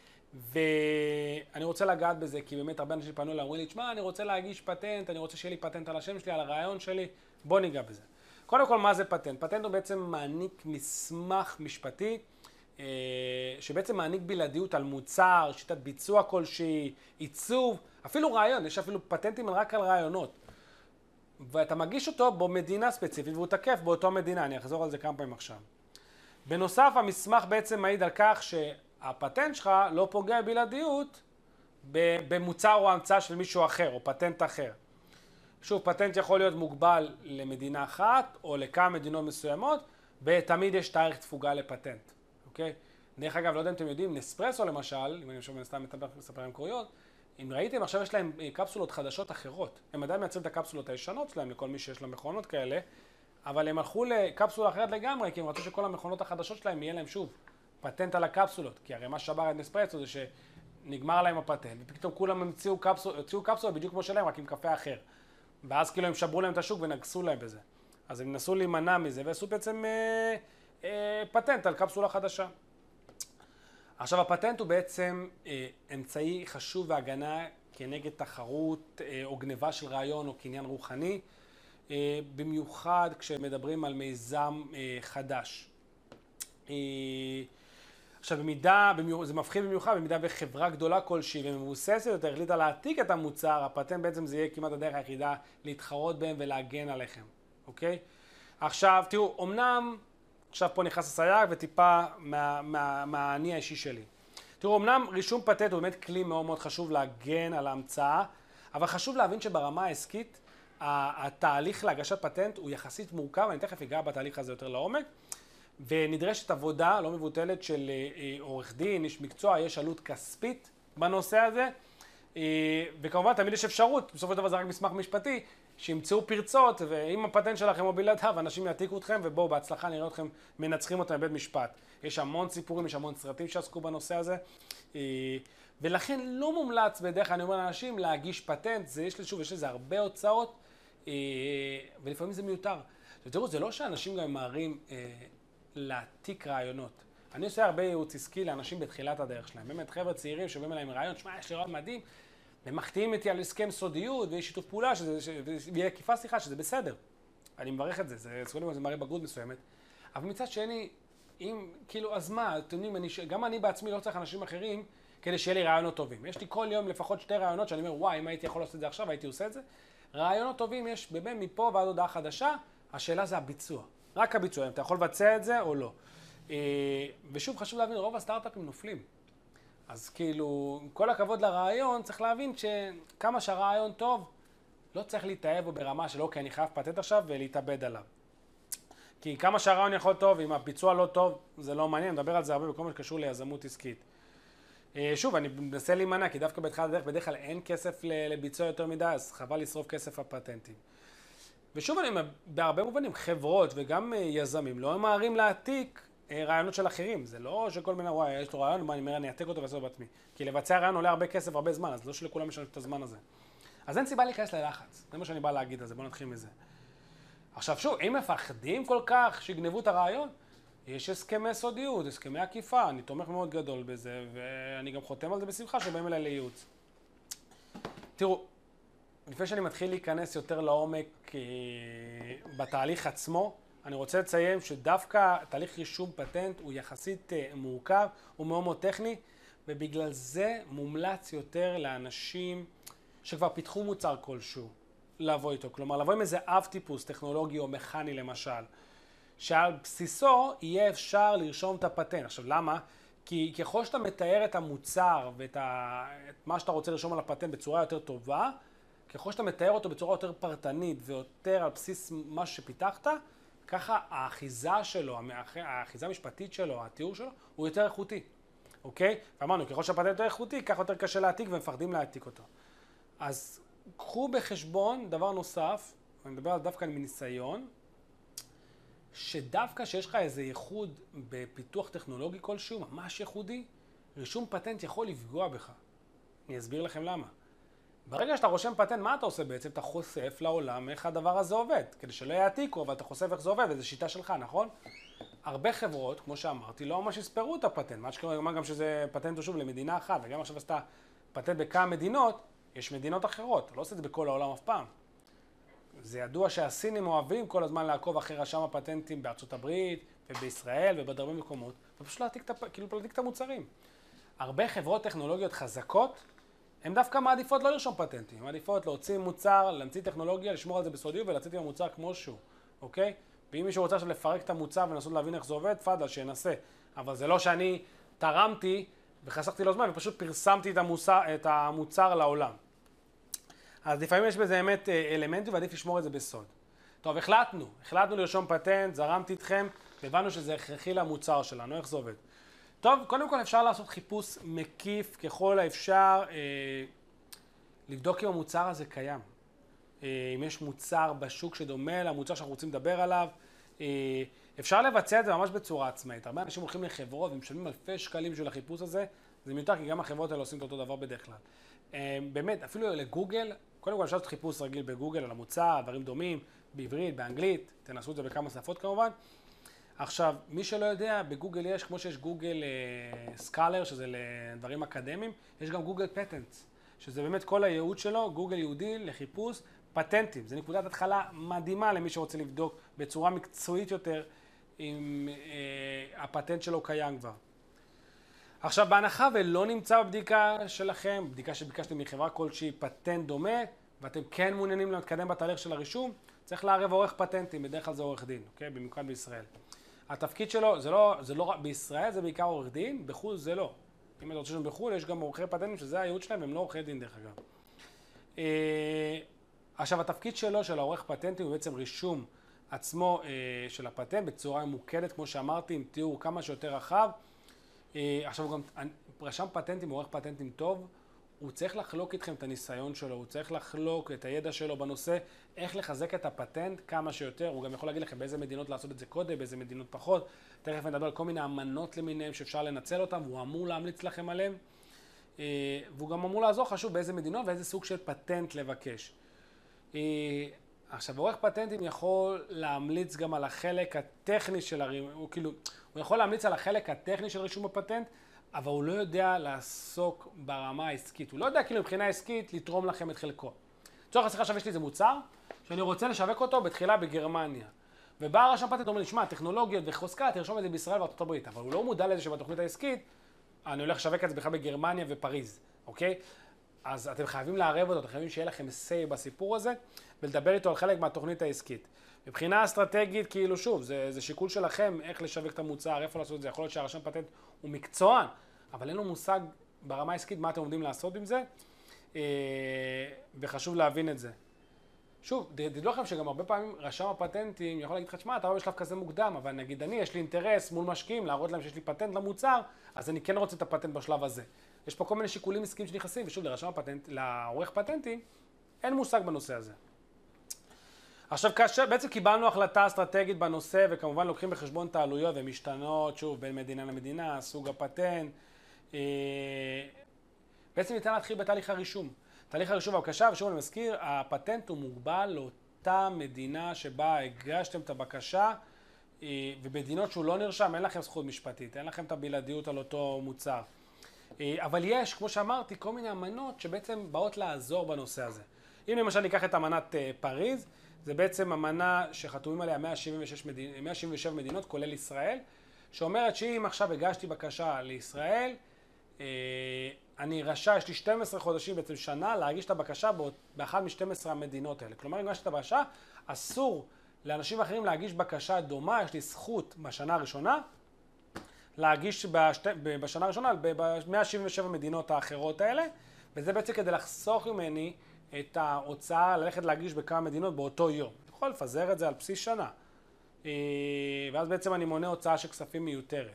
ואני רוצה לגעת בזה, כי באמת הרבה אנשים פנו אליי, אומרים לי, תשמע, אני רוצה להגיש פטנט, אני רוצה שיהיה לי פטנט על השם שלי, על הרעיון שלי, בוא ניגע בזה. קודם כל, מה זה פטנט? פטנט הוא בעצם מעניק מסמך משפטי, שבעצם מעניק בלעדיות על מוצר, שיטת ביצוע כלשהי, עיצוב, אפילו רעיון, יש אפילו פטנטים רק על רעיונות. ואתה מגיש אותו במדינה ספציפית, והוא תקף באותו מדינה, אני אחזור על זה כמה פעמים עכשיו. בנוסף, המסמך בעצם מעיד על כך שהפטנט שלך לא פוגע בלעדיות במוצר או המצאה של מישהו אחר, או פטנט אחר. שוב, פטנט יכול להיות מוגבל למדינה אחת, או לכמה מדינות מסוימות, ותמיד יש תאריך תפוגה לפטנט, אוקיי? דרך אגב, לא יודע אם אתם יודעים, נספרסו למשל, אם אני חושב סתם מספר עם קוריות, אם ראיתם, עכשיו יש להם קפסולות חדשות אחרות. הם עדיין מייצרים את הקפסולות הישנות שלהם לכל מי שיש להם מכונות כאלה, אבל הם הלכו לקפסולה אחרת לגמרי, כי הם רצו שכל המכונות החדשות שלהם יהיה להם שוב פטנט על הקפסולות. כי הרי מה שבר את נספרסו זה שנגמר להם הפטנט, ופתאום כולם המציאו קפסולה בדיוק כמו שלהם, רק עם קפה אחר. ואז כאילו הם שברו להם את השוק ונגסו להם בזה. אז הם נסו להימנע מזה ועשו בעצם פטנט על קפסולה חדשה. עכשיו, הפטנט הוא בעצם אמצעי חשוב והגנה כנגד תחרות או גניבה של רעיון או קניין רוחני, במיוחד כשמדברים על מיזם חדש. עכשיו, זה מפחיד במיוחד, במידה בחברה גדולה כלשהי ומבוססת יותר, החליטה להעתיק את המוצר, הפטנט בעצם זה יהיה כמעט הדרך היחידה להתחרות בהם ולהגן עליכם, אוקיי? עכשיו, תראו, אמנם עכשיו פה נכנס הסייג וטיפה מהאני האישי שלי. תראו, אמנם רישום פטנט הוא באמת כלי מאוד מאוד חשוב להגן על ההמצאה, אבל חשוב להבין שברמה העסקית, התהליך להגשת פטנט הוא יחסית מורכב, אני תכף אגע בתהליך הזה יותר לעומק, ונדרשת עבודה לא מבוטלת של עורך דין, איש מקצוע, יש עלות כספית בנושא הזה, וכמובן תמיד יש אפשרות, בסופו של דבר זה רק מסמך משפטי, שימצאו פרצות, ואם הפטנט שלכם או בלעדיו, אנשים יעתיקו אתכם, ובואו בהצלחה נראה אתכם מנצחים אותם בבית משפט. יש המון סיפורים, יש המון סרטים שעסקו בנושא הזה, ולכן לא מומלץ בדרך כלל, אני אומר לאנשים, להגיש פטנט, יש לזה הרבה הוצאות, ולפעמים זה מיותר. ותראו, זה לא שאנשים גם ממהרים להעתיק רעיונות. אני עושה הרבה ייעוץ עסקי לאנשים בתחילת הדרך שלהם. באמת חבר'ה צעירים שבאים אליהם רעיון, שמע, יש לי רעיון מדהים, הם מחתימים איתי על הסכם סודיות ויש שיתוף פעולה, ויהיה כיפה שיחה, שזה בסדר. אני מברך את זה, זה מראה בגרות מסוימת. אבל מצד שני, כאילו, אז מה, אתם יודעים, גם אני בעצמי לא צריך אנשים אחרים כדי שיהיה לי רעיונות טובים. יש לי כל יום לפחות 2 רעיונות שאני אומר, וואי, אם הייתי יכול לעשות את זה עכשיו, הייתי עושה את זה. רעיונות טובים יש באמת מפה ועד הודעה חדשה, השאלה זה הביצוע. רק הביצוע, אם אתה יכול לבצע את זה או לא. ושוב, חשוב להבין, רוב הסטארט-אפים נופלים. אז כאילו, עם כל הכבוד לרעיון, צריך להבין שכמה שהרעיון טוב, לא צריך להתאהב בו ברמה של אוקיי, אני חייב פטנט עכשיו ולהתאבד עליו. כי כמה שהרעיון יכול טוב, אם הביצוע לא טוב, זה לא מעניין, נדבר על זה הרבה בכל מה שקשור ליזמות עסקית. שוב, אני מנסה להימנע, כי דווקא בתחילת הדרך, בדרך כלל אין כסף לביצוע יותר מדי, אז חבל לשרוף כסף הפטנטים. ושוב, אני בהרבה מובנים, חברות וגם יזמים לא ממהרים להעתיק רעיונות של אחרים. זה לא שכל מיני, וואי, יש לו רעיון, אני אעתיק אותו ועושה בעצמי. כי לבצע רעיון עולה הרבה כסף, הרבה זמן, אז לא שלכולם יש את הזמן הזה. אז אין סיבה להיכנס ללחץ. זה מה שאני בא להגיד על זה, בואו נתחיל מזה. עכשיו שוב, אם מפחדים כל כך שיגנבו את הרעיון, יש הסכמי סודיות, הסכמי עקיפה, אני תומך מאוד גדול בזה, ואני גם חותם על זה בשמחה שבאים אליי לייעוץ. תראו, לפני שאני מתחיל להיכנס יותר לעומק בתהליך עצמו, אני רוצה לציין שדווקא תהליך רישום פטנט הוא יחסית מורכב, הוא מאוד מאוד טכני, ובגלל זה מומלץ יותר לאנשים שכבר פיתחו מוצר כלשהו לבוא איתו. כלומר, לבוא עם איזה אב טיפוס טכנולוגי או מכני למשל, שעל בסיסו יהיה אפשר לרשום את הפטנט. עכשיו, למה? כי ככל שאתה מתאר את המוצר ואת מה שאתה רוצה לרשום על הפטנט בצורה יותר טובה, ככל שאתה מתאר אותו בצורה יותר פרטנית ויותר על בסיס מה שפיתחת, ככה האחיזה שלו, האחיזה המשפטית שלו, התיאור שלו, הוא יותר איכותי. אוקיי? ואמרנו, ככל שהפטנט יותר איכותי, ככה יותר קשה להעתיק ומפחדים להעתיק אותו. אז קחו בחשבון דבר נוסף, אני מדבר דווקא מניסיון, שדווקא שיש לך איזה ייחוד בפיתוח טכנולוגי כלשהו, ממש ייחודי, רישום פטנט יכול לפגוע בך. אני אסביר לכם למה. ברגע שאתה רושם פטנט, מה אתה עושה בעצם? אתה חושף לעולם איך הדבר הזה עובד, כדי שלא יעתיקו, אבל אתה חושף איך זה עובד, וזו שיטה שלך, נכון? הרבה חברות, כמו שאמרתי, לא ממש יספרו את הפטנט. מה שקורה גם שזה פטנט שוב למדינה אחת, וגם עכשיו עשתה פטנט בכמה מדינות, יש מדינות אחרות, אתה לא עושה את זה בכל העולם אף פעם. זה ידוע שהסינים אוהבים כל הזמן לעקוב אחרי רשם הפטנטים בארצות הברית ובישראל ובהרבה מקומות, ופשוט להעתיק את המוצרים. הרבה חברות טכנולוגיות חזקות, הן דווקא מעדיפות לא לרשום פטנטים, הן מעדיפות להוציא מוצר, להמציא טכנולוגיה, לשמור על זה בסודיות ולצאת עם המוצר כמו שהוא, אוקיי? ואם מישהו רוצה עכשיו לפרק את המוצר ולנסות להבין איך זה עובד, פאדל, שינסה. אבל זה לא שאני תרמתי וחסכתי לו זמן ופשוט פרסמתי את המוצר לעולם. אז לפעמים יש בזה באמת אלמנטים ועדיף לשמור את זה בסוד. טוב, החלטנו לרשום פטנט, זרמתי איתכם, והבנו שזה הכרחי למוצר שלנו, איך זה עובד. טוב, קודם כל אפשר לעשות חיפוש מקיף ככל האפשר, לבדוק אם המוצר הזה קיים. אם יש מוצר בשוק שדומה למוצר שאנחנו רוצים לדבר עליו, אפשר לבצע את זה ממש בצורה עצמאית. הרבה אנשים הולכים לחברות ומשלמים אלפי שקלים בשביל החיפוש הזה, זה מיותר כי גם החברות האלה עושים את אותו דבר בדרך כלל. באמת, אפילו לגוגל, קודם כל אפשר לעשות חיפוש רגיל בגוגל על המוצר, דברים דומים, בעברית, באנגלית, תנסו את זה בכמה שפות כמובן. עכשיו, מי שלא יודע, בגוגל יש, כמו שיש גוגל סקלר, שזה לדברים אקדמיים, יש גם גוגל פטנטס, שזה באמת כל הייעוד שלו, גוגל יהודי לחיפוש פטנטים. זה נקודת התחלה מדהימה למי שרוצה לבדוק בצורה מקצועית יותר אם הפטנט שלו קיים כבר. עכשיו, בהנחה ולא נמצא בבדיקה שלכם, בדיקה שביקשתם מחברה כלשהי פטנט דומה, ואתם כן מעוניינים להתקדם בתהליך של הרישום, צריך לערב עורך פטנטים, בדרך כלל זה עורך דין, אוקיי? במיוחד בישראל. התפקיד שלו, זה לא רק בישראל, זה בעיקר עורך דין, בחו"ל זה לא. אם אתה רוצה שם בחו"ל, יש גם עורכי פטנטים שזה הייעוד שלהם, הם לא עורכי דין דרך אגב. עכשיו, התפקיד שלו, של העורך פטנטים, הוא בעצם רישום עצמו של הפטנט בצורה ממוקדת, כמו שאמרתי, עם תיאור כמה שיותר רחב. עכשיו, הוא גם רשם פטנטים, עורך פטנטים טוב, הוא צריך לחלוק איתכם את הניסיון שלו, הוא צריך לחלוק את הידע שלו בנושא, איך לחזק את הפטנט כמה שיותר, הוא גם יכול להגיד לכם באיזה מדינות לעשות את זה קודם, באיזה מדינות פחות, תכף נדבר על כל מיני אמנות למיניהם שאפשר לנצל אותם, והוא אמור להמליץ לכם עליהם, והוא גם אמור לעזור חשוב באיזה מדינות ואיזה סוג של פטנט לבקש. עכשיו, עורך פטנטים יכול להמליץ גם על החלק הטכני של הוא יכול להמליץ על החלק הטכני של רישום הפטנט, אבל הוא לא יודע לעסוק ברמה העסקית. הוא לא יודע מבחינה עסקית לתרום לכם את חלקו. לצורך השיחה עכשיו יש לי איזה מוצר, שאני רוצה לשווק אותו בתחילה בגרמניה. ובא רשם פטנט אומר, נשמע, טכנולוגיות וחוזקה, תרשום את זה בישראל וארצות הברית. אבל הוא לא מודע לזה שבתוכנית העסקית, אני הולך לשווק את זה בכלל בגרמניה ופריז, אוקיי? אז אתם חייבים לערב אותו, אתם חייבים שיהיה לכם say בסיפור הזה, ולדבר איתו על חלק מהתוכנית העסקית. מבחינה אסטרטגית, כאילו שוב, זה שיקול שלכם איך לשווק את המוצר, איפה לעשות את זה. יכול להיות שהרשם פטנט הוא מקצוען, אבל אין לו מושג ברמה העסקית מה אתם עומדים לעשות עם זה, וחשוב להבין את זה. שוב, תדעו לכם שגם הרבה פעמים רשם הפטנטים יכול להגיד לך, שמע, אתה רואה בשלב כזה מוקדם, אבל נגיד יש לי אינטרס מול משקיעים להראות להם שיש לי פטנט למוצר, אז אני כן רוצה את הפטנט בשלב הזה. יש פה כל מיני שיקולים עסקיים שנכנסים, ושוב, לרשם הפטנט, לעורך פטנטים, אין מושג בנושא הזה. עכשיו, בעצם קיבלנו החלטה אסטרטגית בנושא, וכמובן לוקחים בחשבון את העלויות ומשתנות, שוב, בין מדינה למדינה, סוג הפטנט. בעצם ניתן להתחיל בתהליך הרישום. תהליך הרישום והבקשה, ושוב אני מזכיר, הפטנט הוא מוגבל לאותה מדינה שבה הגשתם את הבקשה, ובמדינות שהוא לא נרשם, אין לכם זכות משפטית, אין לכם את הבלעדיות על אותו מוצר. אבל יש, כמו שאמרתי, כל מיני אמנות שבעצם באות לעזור בנושא הזה. אם למשל ניקח את אמנת פריז, זה בעצם אמנה שחתומים עליה 177 מדינות, כולל ישראל, שאומרת שאם עכשיו הגשתי בקשה לישראל, אני רשאי, יש לי 12 חודשים, בעצם שנה, להגיש את הבקשה באחת מ-12 המדינות האלה. כלומר, אם הגשתי את הבקשה, אסור לאנשים אחרים להגיש בקשה דומה, יש לי זכות בשנה הראשונה, להגיש בשנה הראשונה ב-177 מדינות האחרות האלה, וזה בעצם כדי לחסוך ממני את ההוצאה ללכת להגיש בכמה מדינות באותו יום. אתה יכול לפזר את זה על בסיס שנה, ואז בעצם אני מונה הוצאה של כספים מיותרת.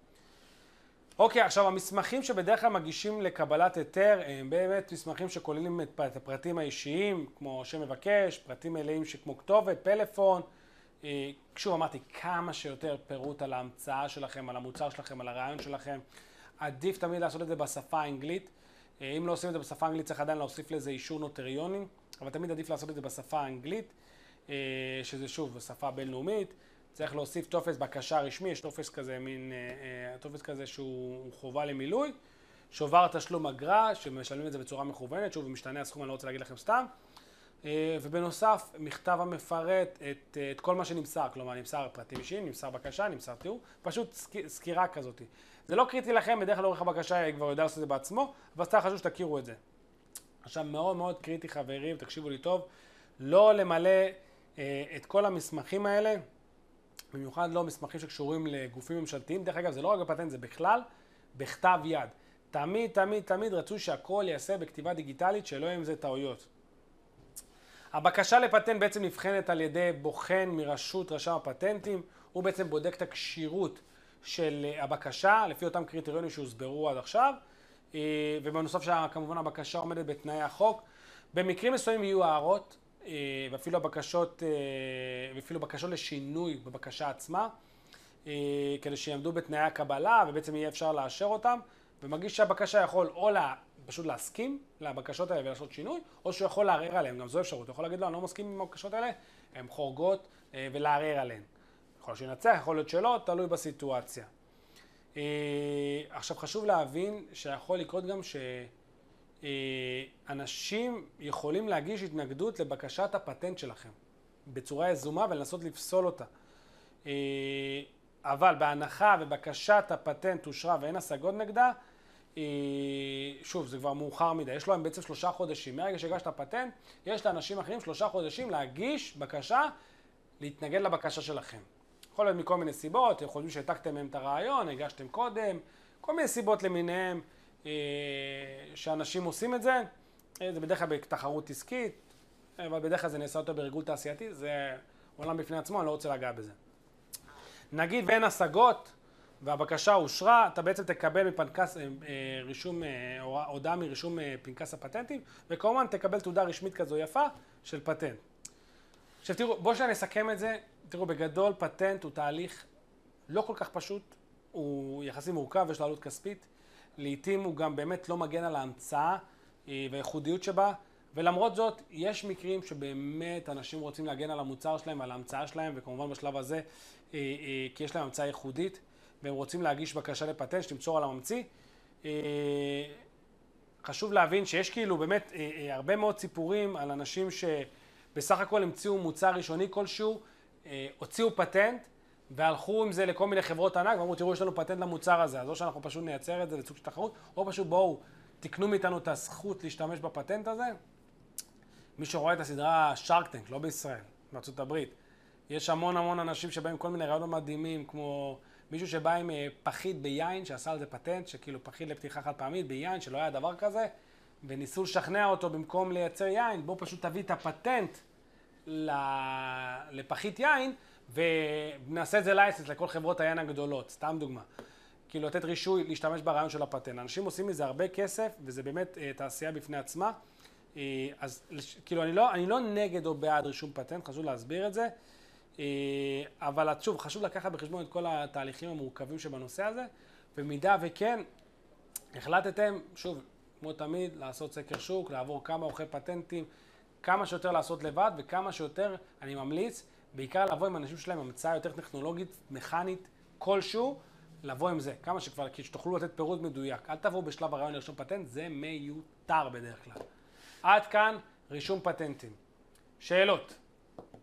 אוקיי, עכשיו המסמכים שבדרך כלל מגישים לקבלת היתר הם באמת מסמכים שכוללים את הפרטים האישיים, כמו שם מבקש, פרטים מלאים שכמו כתובת, פלאפון. שוב אמרתי, כמה שיותר פירוט על ההמצאה שלכם, על המוצר שלכם, על הרעיון שלכם. עדיף תמיד לעשות את זה בשפה האנגלית. אם לא עושים את זה בשפה האנגלית צריך עדיין להוסיף לזה אישור נוטריוני, אבל תמיד עדיף לעשות את זה בשפה האנגלית, שזה שוב בשפה בינלאומית. צריך להוסיף טופס בקשה רשמי, יש טופס כזה, טופס כזה שהוא חובה למילוי, שובר תשלום אגרה, שמשלמים את זה בצורה מכוונת, שוב, משתנה הסכום, אני לא רוצה להגיד לכם סתם, ובנוסף, מכתב המפרט את כל מה שנמסר, כלומר, נמסר פרטים אישיים, נמסר בקשה, נמסר תיאור, פשוט סקירה כזאת. זה לא קריטי לכם, בדרך כלל עורך הבקשה כבר יודע לעשות את זה בעצמו, אבל סתם חשוב שתכירו את זה. עכשיו, מאוד מאוד קריטי, חברים, תקשיבו לי טוב, לא למלא את כל המסמכים האלה, במיוחד לא מסמכים שקשורים לגופים ממשלתיים. דרך אגב, זה לא רק בפטנט, זה בכלל בכתב יד. תמיד, תמיד, תמיד רצו שהכל יעשה בכתיבה דיגיטלית, שלא יהיה עם זה טעויות. הבקשה לפטנט בעצם נבחנת על ידי בוחן מרשות רשם הפטנטים. הוא בעצם בודק את הקשירות של הבקשה, לפי אותם קריטריונים שהוסברו עד עכשיו. ובנוסף שכמובן הבקשה עומדת בתנאי החוק. במקרים מסוימים יהיו הערות, ואפילו בקשות לשינוי בבקשה עצמה, כדי שיעמדו בתנאי הקבלה, ובעצם יהיה אפשר לאשר אותם, ומגיש שהבקשה יכול או פשוט להסכים לבקשות האלה ולעשות שינוי, או שהוא יכול לערער עליהן, גם זו אפשרות. הוא יכול להגיד לו, אני לא מסכים עם הבקשות האלה, הן חורגות, ולערער עליהן. יכול להיות שינצח, יכול להיות שלא, תלוי בסיטואציה. עכשיו חשוב להבין שיכול לקרות גם אנשים יכולים להגיש התנגדות לבקשת הפטנט שלכם בצורה יזומה ולנסות לפסול אותה. אבל בהנחה ובקשת הפטנט אושרה ואין השגות נגדה, שוב, זה כבר מאוחר מדי. יש להם בעצם 3 חודשים. מהרגע שהגשת הפטנט, יש לאנשים אחרים 3 חודשים להגיש בקשה, להתנגד לבקשה שלכם. יכול להיות מכל מיני סיבות, אתם חושבים שהעתקתם מהם את הרעיון, הגשתם קודם, כל מיני סיבות למיניהם. שאנשים עושים את זה, זה בדרך כלל בתחרות עסקית, אבל בדרך כלל זה נעשה יותר בריגול תעשייתי, זה עולם בפני עצמו, אני לא רוצה להגע בזה. נגיד ואין השגות והבקשה אושרה, אתה בעצם תקבל מפנקס רישום, הודעה מרישום פנקס הפטנטים, וכמובן תקבל תעודה רשמית כזו יפה של פטנט. עכשיו תראו, בואו שנסכם את זה, תראו בגדול פטנט הוא תהליך לא כל כך פשוט, הוא יחסי מורכב, יש לו עלות כספית, לעתים הוא גם באמת לא מגן על ההמצאה והייחודיות שבה, ולמרות זאת יש מקרים שבאמת אנשים רוצים להגן על המוצר שלהם, על ההמצאה שלהם, וכמובן בשלב הזה כי יש להם המצאה ייחודית, והם רוצים להגיש בקשה לפטנט שתמסור על הממציא. חשוב להבין שיש כאילו באמת הרבה מאוד סיפורים על אנשים שבסך הכל המציאו מוצר ראשוני כלשהו, הוציאו פטנט, והלכו עם זה לכל מיני חברות ענק, ואמרו, תראו, יש לנו פטנט למוצר הזה, אז או שאנחנו פשוט נייצר את זה לסוג של תחרות, או פשוט בואו, תקנו מאיתנו את הזכות להשתמש בפטנט הזה. מי שרואה את הסדרה שרק טנק, לא בישראל, בארצות הברית, יש המון אנשים שבאים כל מיני רעיונות מדהימים, כמו מישהו שבא עם פחית ביין, שעשה על זה פטנט, שכאילו פחית לפתיחה חד פעמית ביין, שלא היה דבר כזה, וניסו לשכנע אותו במקום לייצר יין, בואו פשוט תביא את הפטנט לפחית יין, ונעשה את זה לייסנס לכל חברות היין הגדולות, סתם דוגמה. כאילו לתת רישוי להשתמש ברעיון של הפטנט. אנשים עושים מזה הרבה כסף, וזה באמת תעשייה בפני עצמה. אז כאילו אני לא נגד או בעד רישום פטנט, חשוב להסביר את זה. אבל שוב, חשוב לקחת בחשבון את כל התהליכים המורכבים שבנושא הזה. במידה וכן, החלטתם, שוב, כמו תמיד, לעשות סקר שוק, לעבור כמה עורכי פטנטים, כמה שיותר לעשות לבד, וכמה שיותר אני ממליץ, בעיקר לבוא עם אנשים שלהם המצאה יותר טכנולוגית, מכנית, כלשהו, לבוא עם זה. כמה שכבר, כי שתוכלו לתת פירוט מדויק. אל תבואו בשלב הרעיון לרשום פטנט, זה מיותר בדרך כלל. עד כאן רישום פטנטים. שאלות.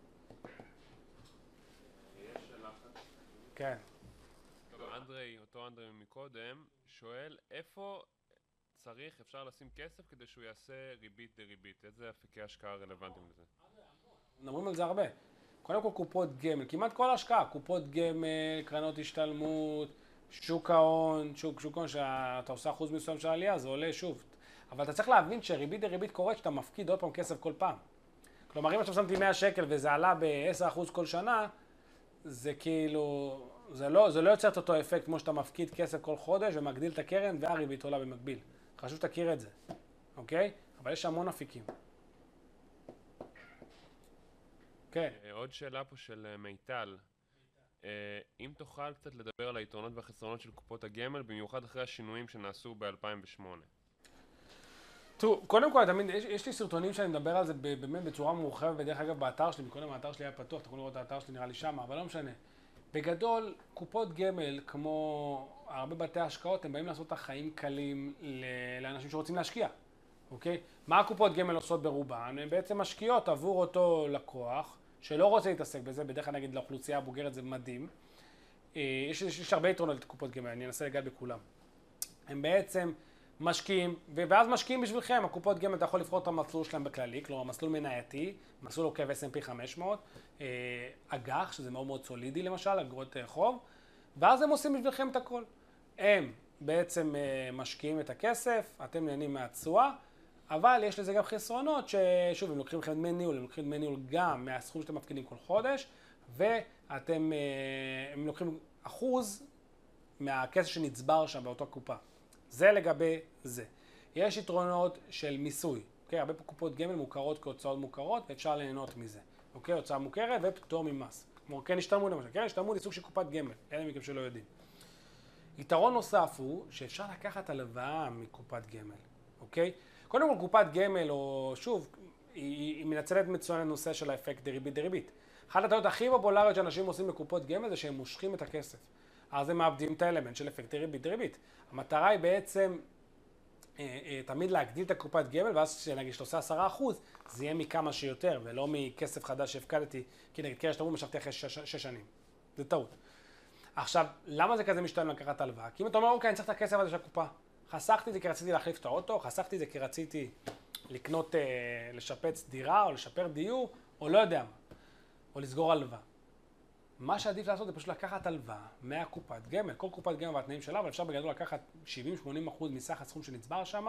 כן. טוב, אותו אנדרי מקודם, שואל איפה אפשר לשים כסף כדי שהוא יעשה ריבית דריבית? איזה אפיקי השקעה רלוונטיים לזה? מדברים על זה הרבה. קודם כל קופות גמל, כמעט כל השקעה, קופות גמל, קרנות השתלמות, שוק ההון, שוק ההון שאתה עושה אחוז מסוים של עלייה, זה עולה שוב. אבל אתה צריך להבין שריבית דריבית קורית שאתה מפקיד עוד פעם כסף כל פעם. כלומר, אם עכשיו שמתי 100 שקל וזה עלה ב-10% כל שנה, זה כאילו, זה לא יוצר את אותו אפקט כמו שאתה מפקיד כסף כל חודש ומגדיל את הקרן והריבית עולה במקביל. חשוב שתכיר את זה, אוקיי? אבל יש המון אפיקים. כן. עוד שאלה פה של מיטל. אם תוכל קצת לדבר על היתרונות והחסרונות של קופות הגמל, במיוחד אחרי השינויים שנעשו ב-2008. תראו, קודם כל, תמיד, יש לי סרטונים שאני מדבר על זה באמת בצורה מורחבת, ודרך אגב באתר שלי, מקודם האתר שלי היה פתוח, אתה יכול לראות את האתר שלי נראה לי שמה, אבל לא משנה. בגדול, קופות גמל, כמו הרבה בתי השקעות, הם באים לעשות את החיים קלים לאנשים שרוצים להשקיע, אוקיי? מה הקופות גמל עושות ברובן? הן בעצם משקיעות עבור אותו לקוח, שלא רוצה להתעסק בזה, בדרך כלל נגיד לאוכלוסייה הבוגרת זה מדהים. יש הרבה יתרונות לקופות גמל, אני אנסה לגעת בכולם. הם בעצם משקיעים, ואז משקיעים בשבילכם. הקופות גמל, אתה יכול לבחור את המסלול שלהם בכללי, כלומר מסלול מנייתי, מסלול עוקב S&P 500, אג"ח, שזה מאוד מאוד סולידי למשל, אגרות חוב, ואז הם עושים בשבילכם את הכל. הם בעצם משקיעים את הכסף, אתם נהנים מהתשואה, אבל יש לזה גם חסרונות ששוב, הם לוקחים לכם דמי ניהול, הם לוקחים דמי ניהול גם מהסכום שאתם מפקידים כל חודש, הם לוקחים אחוז מהכסף שנצבר שם באותה קופה. זה לגבי זה. יש יתרונות של מיסוי. אוקיי? הרבה קופות גמל מוכרות כהוצאות מוכרות, ואפשר ליהנות מזה. אוקיי? הוצאה מוכרת ופטור ממס. כמו כן השתלמות למשל. כן השתלמות היא סוג של קופת גמל. אלה מכם שלא יודעים. יתרון נוסף הוא שאפשר לקחת הלוואה מקופת גמל. אוקיי? קודם כל קופת גמל, או שוב, היא מנצלת מצוין לנושא של האפקט דריבית דריבית. אחת הטעויות הכי פופולריות שאנשים עושים בקופות גמל זה שהם מושכים את הכסף. אז הם מאבדים את האלמנט של אפקט דריבית דריבית. המטרה היא בעצם תמיד להגדיל את הקופת גמל, ואז כשנגיד שאתה עושה 10%, זה יהיה מכמה שיותר, ולא מכסף חדש שהפקדתי, כי נגיד קרן השתלמות משכתי אחרי 6 שנים. זה טעות. עכשיו, למה זה כזה משתלם לקחת הלוואה? כי אם אתה אומר, אוקיי, אני צריך את הכסף הזה של הקופה. חסכתי את זה כי רציתי להחליף את האוטו, חסכתי את זה כי רציתי לקנות, לשפץ דירה, או לשפר דיור, או לא יודע מה. או לסגור הלוואה. מה שעדיף לעשות זה פשוט לקחת הלוואה מהקופת גמל, כל קופת גמל והתנאים שלה, אבל אפשר בגדול לקחת 70-80% מסך הסכום שנצבר שם,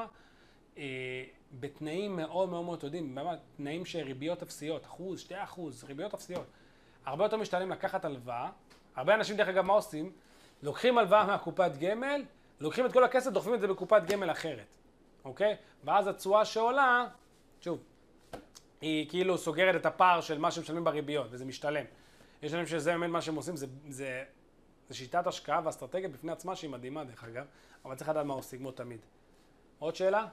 בתנאים מאוד מאוד מאוד יודעים, תנאים שריביות אפסיות, 1%, 2%, ריביות אפסיות. הרבה יותר משתלם לקחת הלוואה, הרבה אנשים דרך אגב מה עושים? לוקחים הלוואה מהקופת גמל, לוקחים את כל הכסף, דוחפים את זה בקופת גמל אחרת, אוקיי? ואז התשואה שעולה, שוב, היא כאילו סוגרת את הפער של מה שמשלמים בריביות, וזה משתלם. יש להם שזה באמת מה שהם עושים, זה שיטת השקעה ואסטרטגיה בפני עצמה שהיא מדהימה דרך אגב, אבל צריך לדעת מה עושים כמו תמיד. עוד שאלה?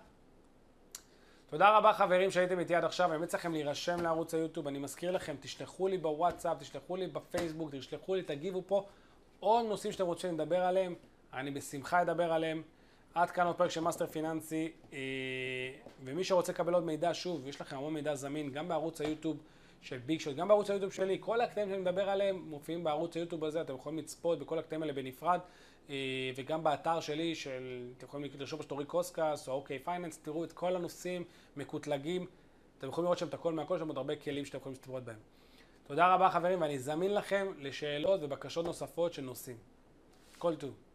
תודה רבה חברים שהייתם איתי עד עכשיו, אני צריכם להירשם לערוץ היוטיוב, אני מזכיר לכם, תשלחו לי בוואטסאפ, תשלחו לי בפייסבוק, תשלחו לי, תגיבו פה עוד נושאים שאתם רוצים לדבר עליהם, אני בשמחה אדבר עליהם. עד כאן עוד פרק של מאסטר פיננסי, ומי שרוצה לקבל עוד מידע, שוב, יש לכם המון מידע זמין, גם בערוץ היוטיוב של ביג שוט, גם בערוץ היוטיוב שלי, כל הקטעים שאני מדבר עליהם מופיעים בערוץ היוטיוב הזה, אתם יכולים לצפות בכל הקטעים האלה בנפרד, וגם באתר שלי, אתם יכולים לרשום שטורי קוסקס או אוקיי פייננס, תראו את כל הנושאים מקוטלגים, אתם יכולים לראות שם את הכל מהכל, יש שם עוד הרבה כלים שאתם יכולים לצפות בהם. תודה רבה חברים, ואני זמין לכם לשאלות ובקשות נוספות של נושאים. כל טוב.